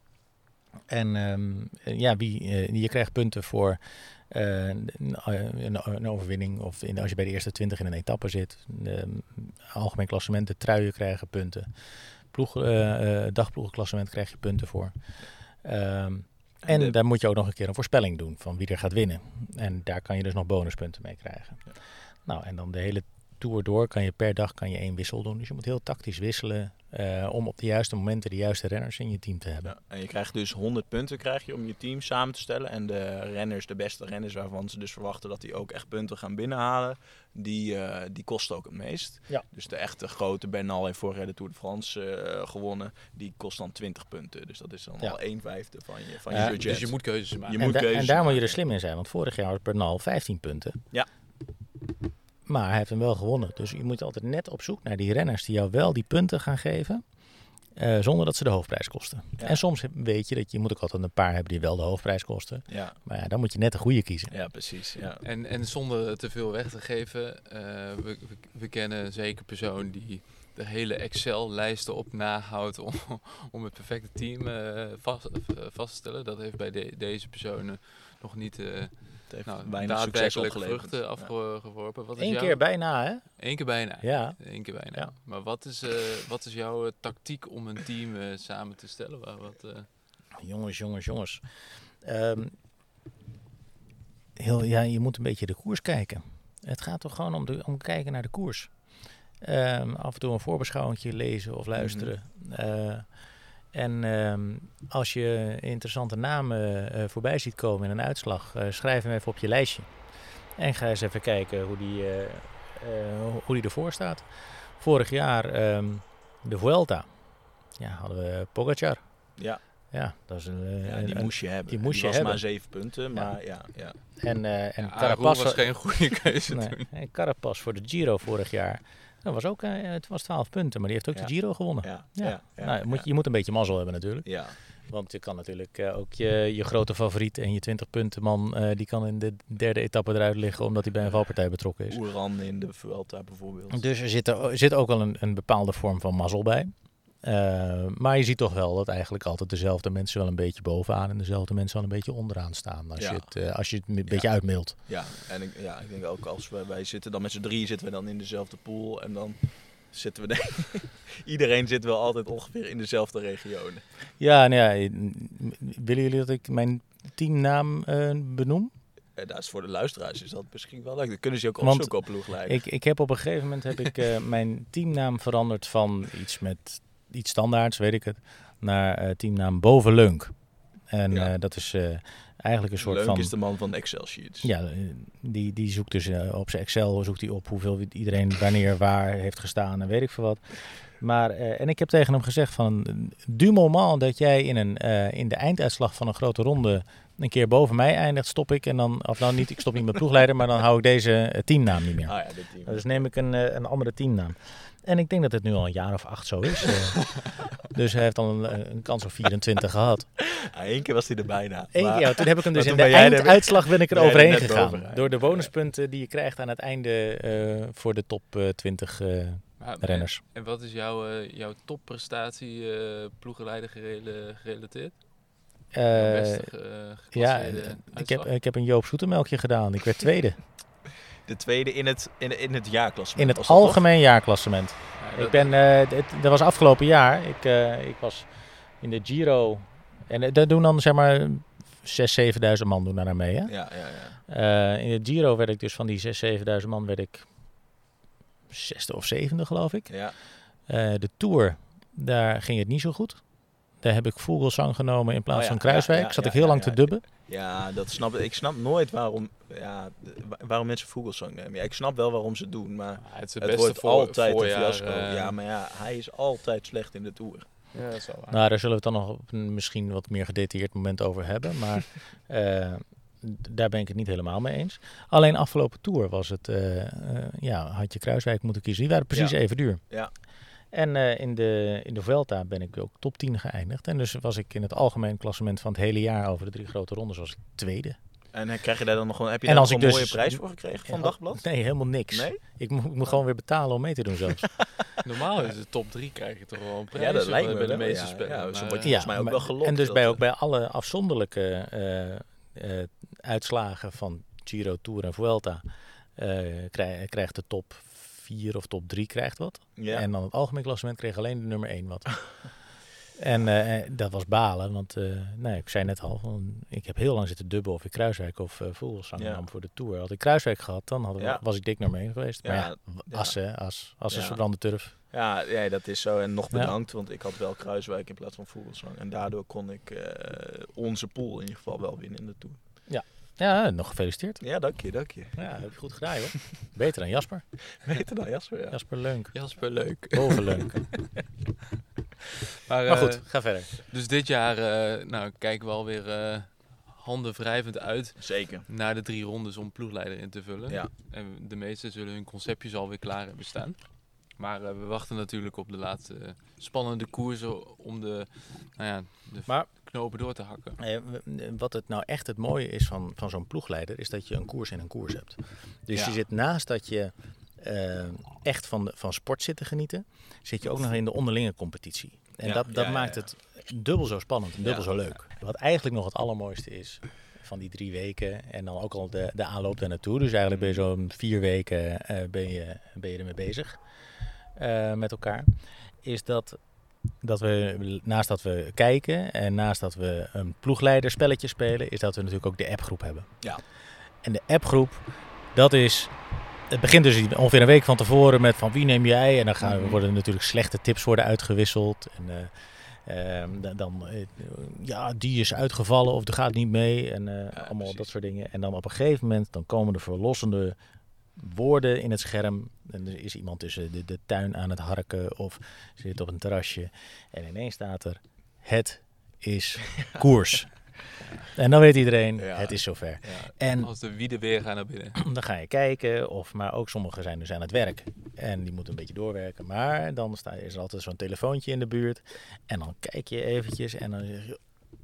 En um, ja, wie, uh, je krijgt punten voor uh, een, een overwinning of in, als je bij de eerste twintig in een etappe zit. Um, algemeen klassement, de truien krijgen punten. Ploeg, uh, uh, dagploegenklassement krijg je punten voor. Um, en de... daar moet je ook nog een keer een voorspelling doen van wie er gaat winnen. En daar kan je dus nog bonuspunten mee krijgen. Ja. Nou, en dan de hele tour door kan je per dag kan je één wissel doen. Dus je moet heel tactisch wisselen uh, om op de juiste momenten de juiste renners in je team te hebben. Ja, en je krijgt dus honderd punten krijg je om je team samen te stellen. En de renners, de beste renners waarvan ze dus verwachten dat die ook echt punten gaan binnenhalen, die, uh, die kosten ook het meest. Ja. Dus de echte grote Bernal heeft vorig jaar de Tour de France uh, gewonnen. Die kost dan twintig punten. Dus dat is dan ja. al een vijfde van je, van ja, je budget. Dus je moet keuzes maken. Je en, moet da- keuzes en daar maken. moet je er slim in zijn. Want vorig jaar had Bernal vijftien punten. Ja. Maar hij heeft hem wel gewonnen. Dus je moet altijd net op zoek naar die renners die jou wel die punten gaan geven. Uh, zonder dat ze de hoofdprijs kosten. Ja. En soms weet je dat je moet ook altijd een paar hebben die wel de hoofdprijs kosten. Ja. Maar ja, dan moet je net de goede kiezen. Ja, precies. Ja. En, en zonder te veel weg te geven, uh, we, we, we kennen een zekere persoon die de hele Excel-lijsten op nahoudt om, om het perfecte team uh, vast, uh, vast te stellen. Dat heeft bij de, deze persoon nog niet uh, heeft nou, weinig succes opgeleverd. vruchten afgeworpen. Ja. Eén jouw... keer bijna, hè? Eén keer bijna. Ja. Eén keer bijna. Ja. Maar wat is, uh, wat is jouw uh, tactiek om een team uh, samen te stellen? Wat, uh... Jongens, jongens, jongens. Um, heel, ja, je moet een beetje de koers kijken. Het gaat toch gewoon om, de, om kijken naar de koers. Um, af en toe een voorbeschouwingje lezen of luisteren. Mm-hmm. Uh, En um, als je interessante namen uh, voorbij ziet komen in een uitslag, uh, schrijf hem even op je lijstje. En ga eens even kijken hoe die, uh, uh, hoe die ervoor staat. Vorig jaar um, de Vuelta. Ja, hadden we Pogacar. Ja. Ja, dat is een, uh, ja, die een, moest je hebben. Die, moest die je was hebben. maar zeven punten, maar ja. ja, ja. En, uh, en ja, Carapaz was geen goede keuze nee, toen. En Carapaz voor de Giro vorig jaar. Dat was ook, uh, het was twaalf punten, maar die heeft ook ja. de Giro gewonnen. Ja, ja. ja, ja, nou, ja. Moet, je moet een beetje mazzel hebben natuurlijk. Ja. Want je kan natuurlijk uh, ook je, je grote favoriet en je twintig punten man, uh, die kan in de derde etappe eruit liggen omdat hij bij een valpartij betrokken is. Oeran in de Vuelta bijvoorbeeld. Dus er zit, er zit ook wel een, een bepaalde vorm van mazzel bij. Uh, maar je ziet toch wel dat eigenlijk altijd dezelfde mensen wel een beetje bovenaan en dezelfde mensen wel een beetje onderaan staan. Als, ja. je, het, uh, als je het een ja. beetje uitmailt. Ja, en ik, ja, ik denk ook als we, wij zitten dan met z'n drieën zitten we dan in dezelfde pool en dan zitten we denk, iedereen zit wel altijd ongeveer in dezelfde regionen. Ja, nou ja, willen jullie dat ik mijn teamnaam uh, benoem? En dat is voor de luisteraars is dat misschien wel leuk. Dan kunnen ze ook opzoeken op ploegleider. Ik, ik heb op een gegeven moment heb ik uh, mijn teamnaam veranderd van iets met iets standaards, weet ik het, naar uh, teamnaam Bovenleunk. En ja. uh, dat is uh, eigenlijk een soort Leuk van... is de man van de Excel-sheets. Ja, die, die zoekt dus uh, op zijn Excel zoekt hij op hoeveel iedereen wanneer waar heeft gestaan en weet ik veel wat. Maar, uh, en ik heb tegen hem gezegd van, du moment dat jij in, een, uh, in de einduitslag van een grote ronde een keer boven mij eindigt, stop ik en dan, of nou niet, ik stop niet met ploegleider, maar dan hou ik deze uh, teamnaam niet meer. Ah, ja, de team. Dus neem ik een, uh, een andere teamnaam. En ik denk dat het nu al een jaar of acht zo is. Uh, dus hij heeft al een, een kans op vierentwintig gehad. Ja, Eén keer was hij er bijna. Eén keer, ja, toen heb ik hem dus in de ben einduitslag ben ik er ben overheen er gegaan. bovenaan. Door de bonuspunten die je krijgt aan het einde uh, voor de top uh, twintig uh, maar, renners. En, en wat is jouw, uh, jouw topprestatie uh, ploegenleider gerele, gerelateerd? Uh, beste, uh, ja, ik heb, ik heb een Joop Zoetemelkje gedaan. Ik werd tweede. De tweede in het, in, in het jaarklassement. In het algemeen jaarklassement. Ja, ik ben, uh, het, dat was afgelopen jaar. Ik, uh, ik was in de Giro. En uh, daar doen dan zeg maar zes, zevenduizend man doen daar mee. Hè? Ja, ja, ja. Uh, in de Giro werd ik dus van die zes, zevenduizend man werd ik zesde of zevende geloof ik. Ja. Uh, de Tour, daar ging het niet zo goed. Daar heb ik Vogelsang genomen in plaats oh ja, van Kruiswijk. Ja, ja, Zat ja, ik heel ja, lang ja, te dubben. Ja, dat snap ik. Ik snap nooit waarom, ja, waarom mensen Vogelsang nemen. Ja, ik snap wel waarom ze het doen, maar ja, het, het, het wordt voor, altijd voorjaar, een fiasco. Uh... Ja, maar ja, hij is altijd slecht in de Tour. Ja, dat is wel waar. Nou, daar zullen we het dan nog op een misschien wat meer gedetailleerd moment over hebben. Maar uh, daar ben ik het niet helemaal mee eens. Alleen afgelopen Tour was het, uh, uh, ja, had je Kruiswijk moeten kiezen. Die waren precies ja. even duur. Ja. En uh, in, de, in de Vuelta ben ik ook top tien geëindigd. En dus was ik in het algemeen klassement van het hele jaar over de drie grote rondes was ik tweede. En uh, krijg je daar dan nog een, heb je En daar als nog ik een dus- mooie prijs voor gekregen van Ja, Dagblad? Nee, helemaal niks. Nee? Ik moet, ik moet gewoon weer betalen om mee te doen zelfs. Normaal is de top drie krijg je toch wel een prijs Ja, dat of, lijkt eh, me bij de wel, meeste ja. spellen. Ja, Maar, zo eh, word je volgens mij ook maar- wel gelokt. En dus dat, bij, eh, ook bij alle afzonderlijke eh, eh, uitslagen van Giro, Tour en Vuelta eh, krij- krijgt de top vier of top drie krijgt wat. Ja. En dan het algemeen klassement kreeg alleen de nummer één wat. En eh, dat was balen, want uh, nou, ik zei net al, van, ik heb heel lang zitten dubben of ik Kruiswijk of uh, Vogelsang Ja. nam voor de Tour. Had ik Kruiswijk gehad, dan hadden we, Ja. was ik dik nummer één geweest. Maar Ja, ja, ja. assen, as, as is Ja. verbrande turf. Ja, ja, dat is zo. En nog Ja. bedankt, want ik had wel Kruiswijk in plaats van Vogelsang. En daardoor kon ik uh, onze pool in ieder geval wel winnen in de Tour. Ja, nog gefeliciteerd. Ja, dank je, dank je. Ja, dat heb je goed gedaan hoor. Beter dan Jasper. Beter dan Jasper, ja. Jasper Leunk. Jasper, leuk. Boven Leunk. Maar, Maar eh, goed, ga verder. Dus dit jaar uh, nou, kijken we alweer uh, handen wrijvend uit Zeker. naar de drie rondes om ploegleider in te vullen. Ja. En de meesten zullen hun conceptjes alweer klaar hebben staan. Maar uh, we wachten natuurlijk op de laatste uh, spannende koersen om de, nou ja, de Maar- knopen door te hakken. Eh, w- Wat het nou echt het mooie is van, van zo'n ploegleider, is dat je een koers in een koers hebt. Dus Ja. je zit naast dat je eh, echt van, de, van sport zit te genieten, zit je ook nog in de onderlinge competitie. En Ja, dat, dat ja, maakt ja. het dubbel zo spannend en dubbel Ja. zo leuk. Wat eigenlijk nog het allermooiste is van die drie weken en dan ook al de, de aanloop daar naartoe. Dus eigenlijk ben je zo'n vier weken eh, ben je, ben je ermee bezig eh, met elkaar. Is dat dat we, naast dat we kijken en naast dat we een ploegleiderspelletje spelen, is dat we natuurlijk ook de appgroep hebben. Ja. En de appgroep, dat is, het begint dus ongeveer een week van tevoren met van wie neem jij? En dan gaan, Mhm. worden natuurlijk slechte tips worden uitgewisseld. En uh, uh, dan, uh, ja, die is uitgevallen of die gaat niet mee. En uh, Ja, allemaal precies. dat soort dingen. En dan op een gegeven moment, dan komen de verlossende woorden in het scherm. En er is iemand tussen de, de tuin aan het harken of zit op een terrasje. En ineens staat er, het is koers. En dan weet iedereen, Ja. het is zover. Ja. En Als de wieden weer gaan naar binnen. dan ga je kijken, of, maar ook sommigen zijn dus aan het werk. En die moeten een beetje doorwerken. Maar dan sta, is er altijd zo'n telefoontje in de buurt. En dan kijk je eventjes en dan zeg je,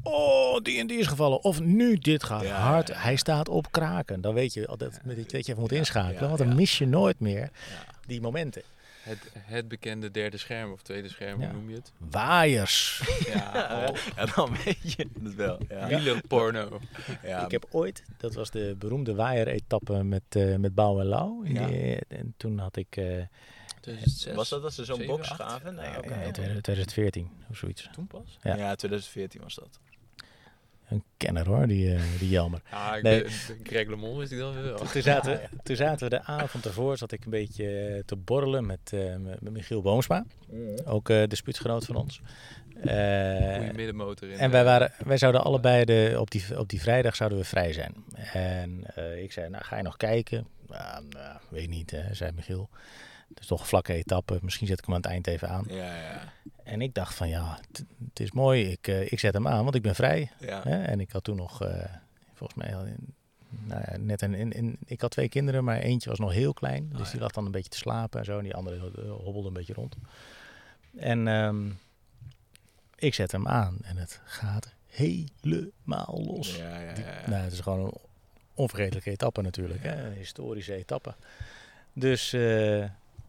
oh, die en die is gevallen. Of nu, dit gaat Ja, hard. ja, ja. hij staat op kraken. Dan weet je altijd dat je even moet Ja, inschakelen. ja, want dan ja. mis je nooit meer Ja. die momenten. Het, het bekende derde scherm of tweede scherm, Ja. hoe noem je het? Waaiers. Ja, oh, Ja, dan weet je het wel. Ja. wielerporno. Ja. Ik heb ooit, dat was de beroemde waaier-etappe met, uh, met Bouw en Lau. In Ja. die- en toen had ik... Uh, tweeduizend zes, Was dat als ze zo'n zeven, box acht? gaven? Nee, uh, oké. twintig veertien of zoiets. Toen pas? Ja. Ja, twintig veertien was dat. Een kenner hoor, die, uh, die Jelmer. Ja, ik Nee. ben- Greg LeMond wist ik dan weer wel. Toen zaten, toen zaten we de avond ervoor, zat ik een beetje eh, te borrelen met, uh, met Michiel Boomsma. Ook uh, dispuutgenoot van ons. Uh, Goeie middenmotor in. en wij, waren, wij zouden allebei, de, op, die, op die vrijdag zouden we vrij zijn. En uh, ik zei, nou ga je nog kijken? Uh, nou, weet niet, hè, zei Michiel. Het is toch een vlakke etappe, misschien zet ik hem aan het eind even aan. Ja, ja. En ik dacht van ja, het- het is mooi, ik, uh, ik zet hem aan, want ik ben vrij. Ja. Hè? En ik had toen nog, uh, volgens mij, al in, nou ja, net een, in, in, ik had twee kinderen, maar eentje was nog heel klein. Dus Oh, ja. die lag dan een beetje te slapen en zo. En die andere uh, hobbelde een beetje rond. En um, ik zet hem aan en het gaat helemaal los. Ja, ja, ja, Die- ja. nou, het is gewoon een onvergetelijke etappe natuurlijk. Hè? Een historische etappe. Dus uh,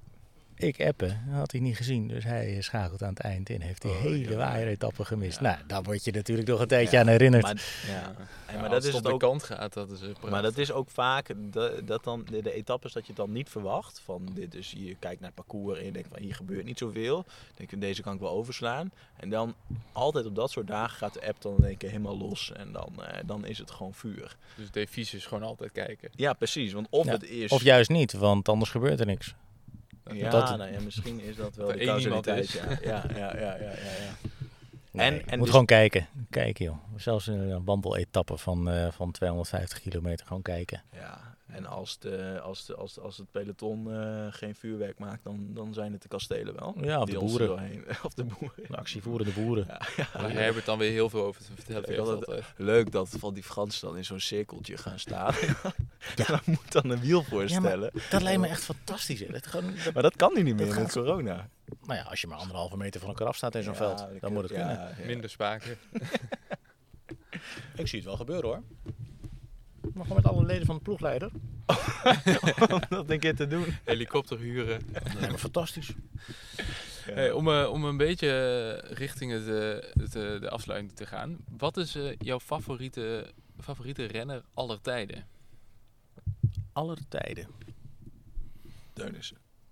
ik appen, had hij niet gezien. Dus hij schakelt aan het eind in. Heeft die Oh, hele ja. waaieretappe gemist. Ja. Nou, daar word je natuurlijk nog een tijdje Ja, aan herinnerd. Maar, ja. Ja. Hey, Ja, maar als dat is het het op ook. de kant gaat, dat is uh, Maar dat is ook vaak dat, dat dan de, de etappes dat je het dan niet verwacht. Van dit is, je kijkt naar het parcours en je denkt van hier gebeurt niet zoveel. Dan denk je, deze kan ik wel overslaan. En dan altijd op dat soort dagen gaat de app dan in één keer helemaal los. En dan, eh, dan is het gewoon vuur. Dus het devies is gewoon altijd kijken. Ja, precies. Want of Ja. het is... Of juist niet, want anders gebeurt er niks. Ja, dat- nou ja, misschien is dat wel Dat de er één iemand causaliteit. is. Ja, ja, ja, ja, ja, ja, ja. Nee, En- je en moet dus- gewoon kijken. Kijken joh. Zelfs in een wandeletappe van, uh, van tweehonderdvijftig kilometer gewoon kijken. Ja, en als, de, als, de, als, de, als het peloton uh, geen vuurwerk maakt, dan, dan zijn het de kastelen wel. Ja, of Die de ons er boeren. doorheen- Of de boeren. De actievoerende boeren. Ja, ja. Waar Herbert dan weer heel veel over te vertellen Ik heeft had het- altijd. Leuk dat van die Fransen dan in zo'n cirkeltje gaan staan. Ja. Daar moet dan een wiel voorstellen. maar, Dat lijkt me echt fantastisch. Hè. Dat gewoon, dat, maar dat kan nu niet meer Dat met gaat- corona. nou ja, als je maar anderhalve meter van elkaar af staat in zo'n Ja, veld, dat dan moet het ja, kunnen. ja. Minder spaken. Ik zie het wel gebeuren hoor. Maar gewoon met alle leden van de ploegleider. Om dat een keer te doen. Helikopter huren. Ja, maar fantastisch. Ja. Hey, om, uh, om een beetje uh, richting het, uh, het, uh, de afsluiting te gaan. Wat is uh, jouw favoriete, favoriete renner aller tijden? Aller tijden. Teunissen.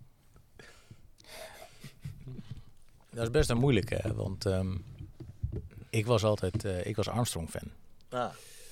Dat is best een moeilijke, hè? Want um, ik was altijd, uh, ik was Armstrong-fan. Ah.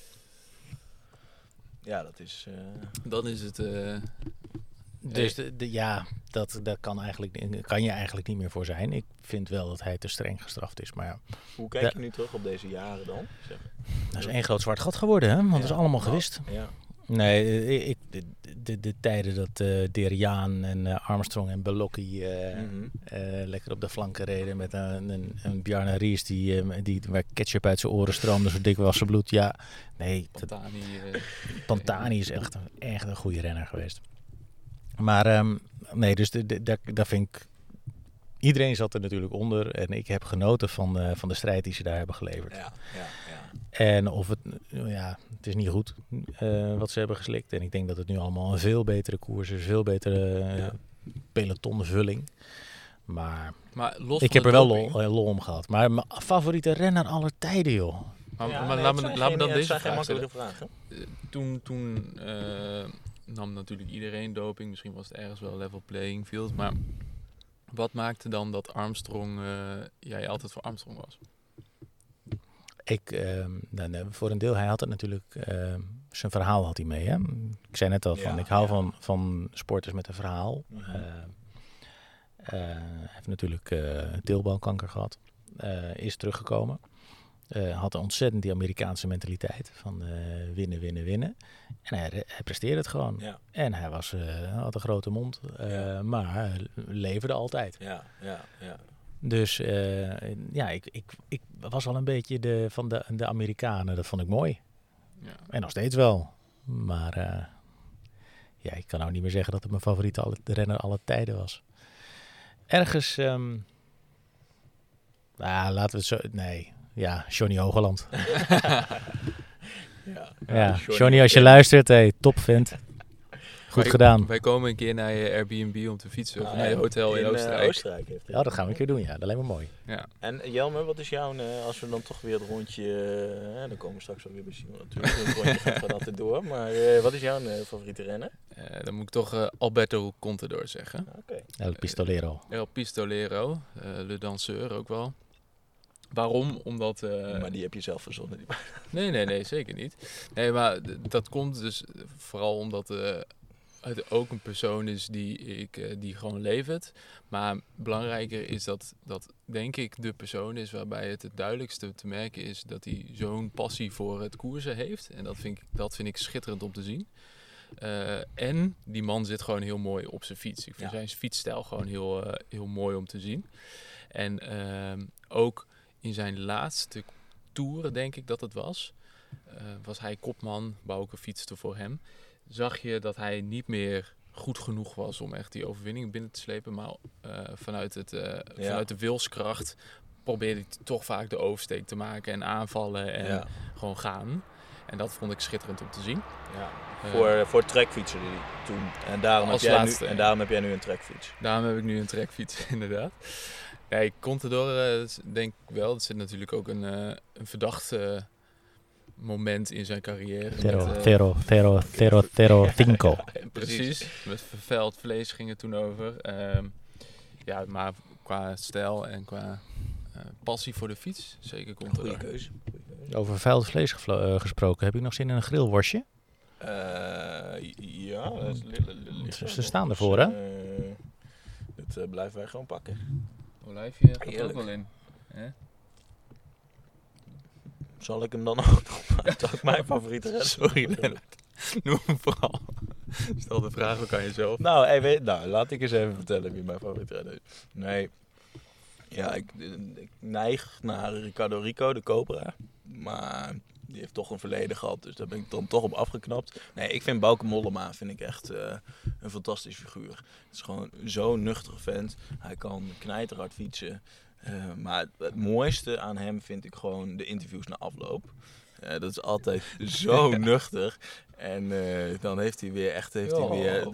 Ja, dat is... Uh... Dan is het... Uh, dus de, de, ja, dat, dat kan, eigenlijk, kan je eigenlijk niet meer voor zijn. Ik vind wel dat hij te streng gestraft is, maar ja. Hoe kijk je nu terug op deze jaren dan? Zeg. Dat is één groot zwart gat geworden, hè? Want ja, dat is allemaal nou, gewist. Ja. Nee, ik, de, de, de tijden dat uh, Deriaan en uh, Armstrong en Belocchi uh, mm-hmm. uh, lekker op de flanken reden met een, een, een Bjarne Ries die, uh, die waar ketchup uit zijn oren stroomde, zo dik was zijn bloed. Ja, nee. Pantani, uh, Pantani is echt, echt een goede renner geweest. Maar um, nee, dus de, de, de, daar vind ik... Iedereen zat er natuurlijk onder en ik heb genoten van, uh, van de strijd die ze daar hebben geleverd. Ja, ja, ja. En of het, ja, het is niet goed uh, wat ze hebben geslikt. En ik denk dat het nu allemaal een veel betere koers is, veel betere uh, ja. pelotonvulling. Maar, maar los ik heb er wel lol, uh, lol om gehad. Maar mijn favoriete renner aller tijden, joh. Maar, ja, maar nee, laat, me, laat me dan geen, deze vraag stellen. Vragen. Uh, toen toen uh, nam natuurlijk iedereen doping. Misschien was het ergens wel level playing field. Maar wat maakte dan dat Armstrong, uh, jij altijd voor Armstrong was? Ik, uh, nou, nee, voor een deel, hij had het natuurlijk, uh, zijn verhaal had hij mee. Hè? Ik zei net al, van, ja, ik hou ja. van, van sporters met een verhaal. Mm-hmm. Uh, uh, hij heeft natuurlijk uh, teelbalkanker gehad, uh, is teruggekomen. Uh, had een ontzettend die Amerikaanse mentaliteit van uh, winnen, winnen, winnen. En hij, hij presteerde het gewoon. Ja. En hij was, uh, had een grote mond, uh, ja. maar leverde altijd. Ja, ja, ja. Dus uh, ja, ik, ik, ik was al een beetje de, van de, de Amerikanen. Dat vond ik mooi. Ja. En nog steeds wel. Maar uh, ja, ik kan nou niet meer zeggen dat het mijn favoriete alle, renner alle tijden was. Ergens, um, nou, laten we het zo... Nee, ja, Johnny Hogeland. ja, ja, ja, Johnny, als je luistert, hey, top vent. Goed wij, gedaan. Wij komen een keer naar je Airbnb om te fietsen. Of ah, naar je hotel in, in Oostenrijk. Uh, Oostenrijk heeft ja, dat gaan we een keer doen. Ja, dat lijkt me mooi. Ja. En Jelmer, wat is jouw, uh, als we dan toch weer het rondje... Uh, dan komen we straks wel weer bij Simon natuurlijk. Het rondje gaat we altijd door. Maar uh, wat is jouw uh, favoriete renner? Uh, dan moet ik toch uh, Alberto Contador zeggen. Okay. El Pistolero. Uh, El Pistolero. Uh, Le Danseur ook wel. Waarom? Omdat... Uh, maar die heb je zelf verzonnen. Die... nee, nee, nee, zeker niet. Nee, maar d- dat komt dus vooral omdat... Uh, het ook een persoon is die, ik, uh, die gewoon levert. Maar belangrijker is dat, dat, denk ik, de persoon is waarbij het het duidelijkste te merken is dat hij zo'n passie voor het koersen heeft. En dat vind ik, dat vind ik schitterend om te zien. Uh, en die man zit gewoon heel mooi op zijn fiets. Ik vind ja. zijn fietsstijl gewoon heel, uh, heel mooi om te zien. En uh, ook in zijn laatste toeren, denk ik dat het was, uh, was hij kopman. Bouke fietste voor hem. Zag je dat hij niet meer goed genoeg was om echt die overwinning binnen te slepen. Maar uh, vanuit, het, uh, ja. vanuit de wilskracht probeerde hij toch vaak de oversteek te maken en aanvallen en ja. gewoon gaan. En dat vond ik schitterend om te zien. Ja. Uh, voor, voor trekfietsen toen. En daarom, heb jij laatste, nu, en daarom heb jij nu een trekfiets. Daarom heb ik nu een trekfiets, inderdaad. Ja, Contador, uh, denk ik wel. Dat zit natuurlijk ook een, uh, een verdachte... Uh, moment in zijn carrière. Zero, met, uh, zero, zero, zero, zero, cinco. Precies, met vervuild vlees ging het toen over. Um, ja, maar qua stijl en qua uh, passie voor de fiets, zeker komt Goeie er. keuze. Over vervuild vlees gevlo- uh, gesproken, heb ik nog zin in een grillworstje? Uh, ja, dat is li- li- li- ze, ze staan ervoor, hè? Uh, dat uh, blijven wij gewoon pakken. Olijfje gaat er ook wel in. Hè? Zal ik hem dan ook nog maken? Dat is mijn favoriete renner. Sorry, Lennart. Noem hem vooral. Stel de vraag ook aan jezelf. Nou, even, nou, laat ik eens even vertellen wie mijn favoriete renner is. Nee, ja, ik, ik neig naar Ricardo Rico, de Cobra. Maar die heeft toch een verleden gehad, dus daar ben ik dan toch op afgeknapt. Nee, ik vind Bauke Mollema vind ik echt uh, een fantastisch figuur. Het is gewoon zo'n nuchtere vent. Hij kan knijterhard fietsen. Uh, maar het, het mooiste aan hem vind ik gewoon de interviews na afloop. Ja, dat is altijd zo nuchter. En uh, dan heeft hij weer echt heeft hij weer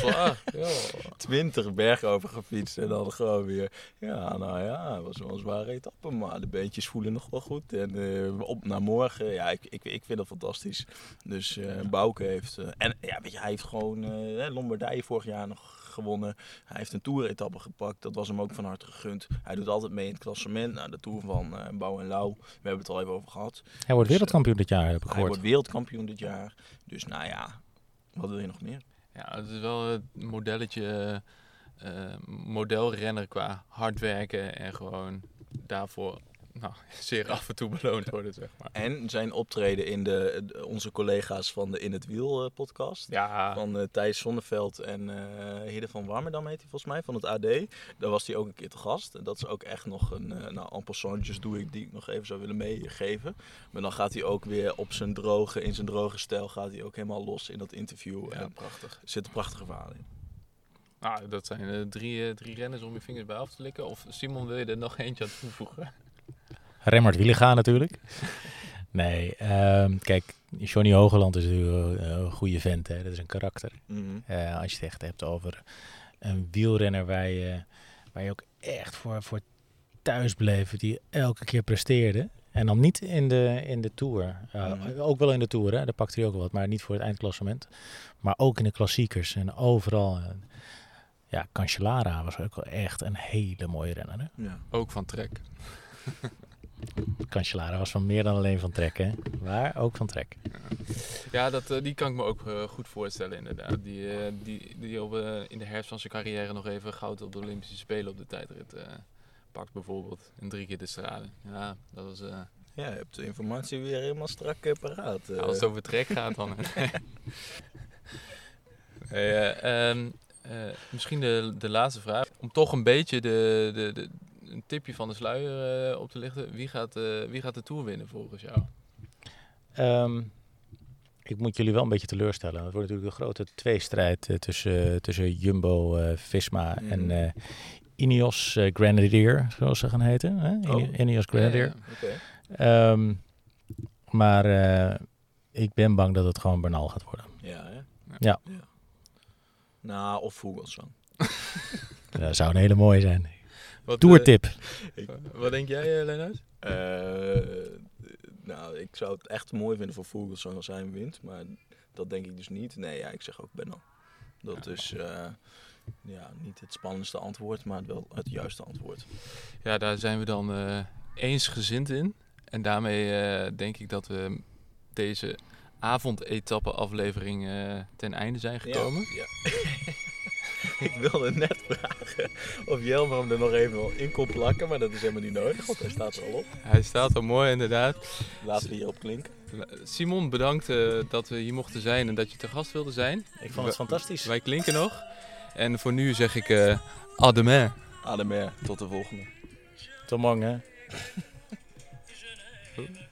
twintig bergen over gefietst. En dan gewoon weer, ja, nou ja, het was wel een zware etappe. Maar de beentjes voelen nog wel goed. En uh, op naar morgen, ja, ik, ik, ik vind dat fantastisch. Dus uh, Bouke heeft, uh, en ja, weet je, hij heeft gewoon uh, Lombardije vorig jaar nog gewonnen. Hij heeft een Tour-etappe gepakt. Dat was hem ook van harte gegund. Hij doet altijd mee in het klassement. Nou, de Tour van uh, Bouw en Lau. We hebben het al even over gehad. Hij wordt wereldkampioen dit jaar, heb ik gehoord. Hij wordt wereldkampioen dit jaar. Dus nou ja, wat wil je nog meer? Ja, het is wel het modelletje, uh, modelrenner qua hard werken en gewoon daarvoor nou, zeer af en toe beloond worden, zeg maar. En zijn optreden in de, de onze collega's van de In het Wiel uh, podcast. Ja. Van uh, Thijs Zonneveld en uh, Hidde van Warmerdam heet hij volgens mij, van het A D. Daar was hij ook een keer te gast. En dat is ook echt nog een, uh, nou, en passantjes doe ik die ik nog even zou willen meegeven. Maar dan gaat hij ook weer op zijn droge, in zijn droge stijl gaat hij ook helemaal los in dat interview. Ja, en prachtig. Er zitten prachtige verhalen in. Nou, dat zijn uh, drie, uh, drie renners om je vingers bij af te likken. Of Simon, wil je er nog eentje aan toevoegen? Remmert Wielenga natuurlijk. Nee, um, kijk, Johnny Hogeland is natuurlijk uh, een goede vent. Hè? Dat is een karakter. Mm-hmm. Uh, als je het echt hebt over een wielrenner waar je, waar je ook echt voor, voor thuis bleef. Die elke keer presteerde. En dan niet in de, in de Tour. Uh, mm-hmm. Ook wel in de Tour, hè? Daar pakte hij ook wel wat. Maar niet voor het eindklassement. Maar ook in de klassiekers en overal. Uh, ja, Cancellara was ook wel echt een hele mooie renner. Hè? Ja. Ook van Trek. Cancellara was van meer dan alleen van Trek, hè? Maar ook van Trek. Ja, dat, uh, die kan ik me ook uh, goed voorstellen, inderdaad. Die, uh, die, die op, uh, in de herfst van zijn carrière nog even goud op de Olympische Spelen op de tijdrit uh, pakt, bijvoorbeeld. En drie keer de strade. Ja, dat was... Uh... Ja, je hebt de informatie weer helemaal strak uh, paraat. Uh. Ja, als het over Trek gaat, dan... hey, uh, um, uh, misschien de, de laatste vraag. Om toch een beetje de... de, de een tipje van de sluier uh, op te lichten. Wie gaat, uh, wie gaat de Tour winnen volgens jou? Um, ik moet jullie wel een beetje teleurstellen. Het wordt natuurlijk een grote tweestrijd uh, tussen, uh, tussen Jumbo, uh, Visma mm. en uh, Ineos uh, Grenadier, zoals ze gaan heten. Hè? Oh. Ineos Grenadier. Ja, ja. Okay. Um, maar uh, ik ben bang dat het gewoon Bernal gaat worden. Ja, hè? Ja. ja. ja. Nou, of Vogelsang. Dat zou een hele mooie zijn. Wat, Tourtip. Uh, wat denk jij, uh, Lennart? Uh, nou, ik zou het echt mooi vinden voor Vogelsang als hij hem wint. Maar dat denk ik dus niet. Nee, ja, ik zeg ook Bernal. Dat ja. is uh, ja, niet het spannendste antwoord, maar wel het juiste antwoord. Ja, daar zijn we dan uh, eensgezind in. En daarmee uh, denk ik dat we deze avondetappe aflevering uh, ten einde zijn gekomen. Ja, ja. Ik wilde net vragen of Jelmer hem er nog even wel in kon plakken, maar dat is helemaal niet nodig, want hij staat er al op. Hij staat er mooi, inderdaad. Laten we hierop klinken. Simon, bedankt uh, dat we hier mochten zijn en dat je te gast wilde zijn. Ik vond het fantastisch. Wij klinken nog. En voor nu zeg ik uh, à demain. À demain, tot de volgende. Tot morgen.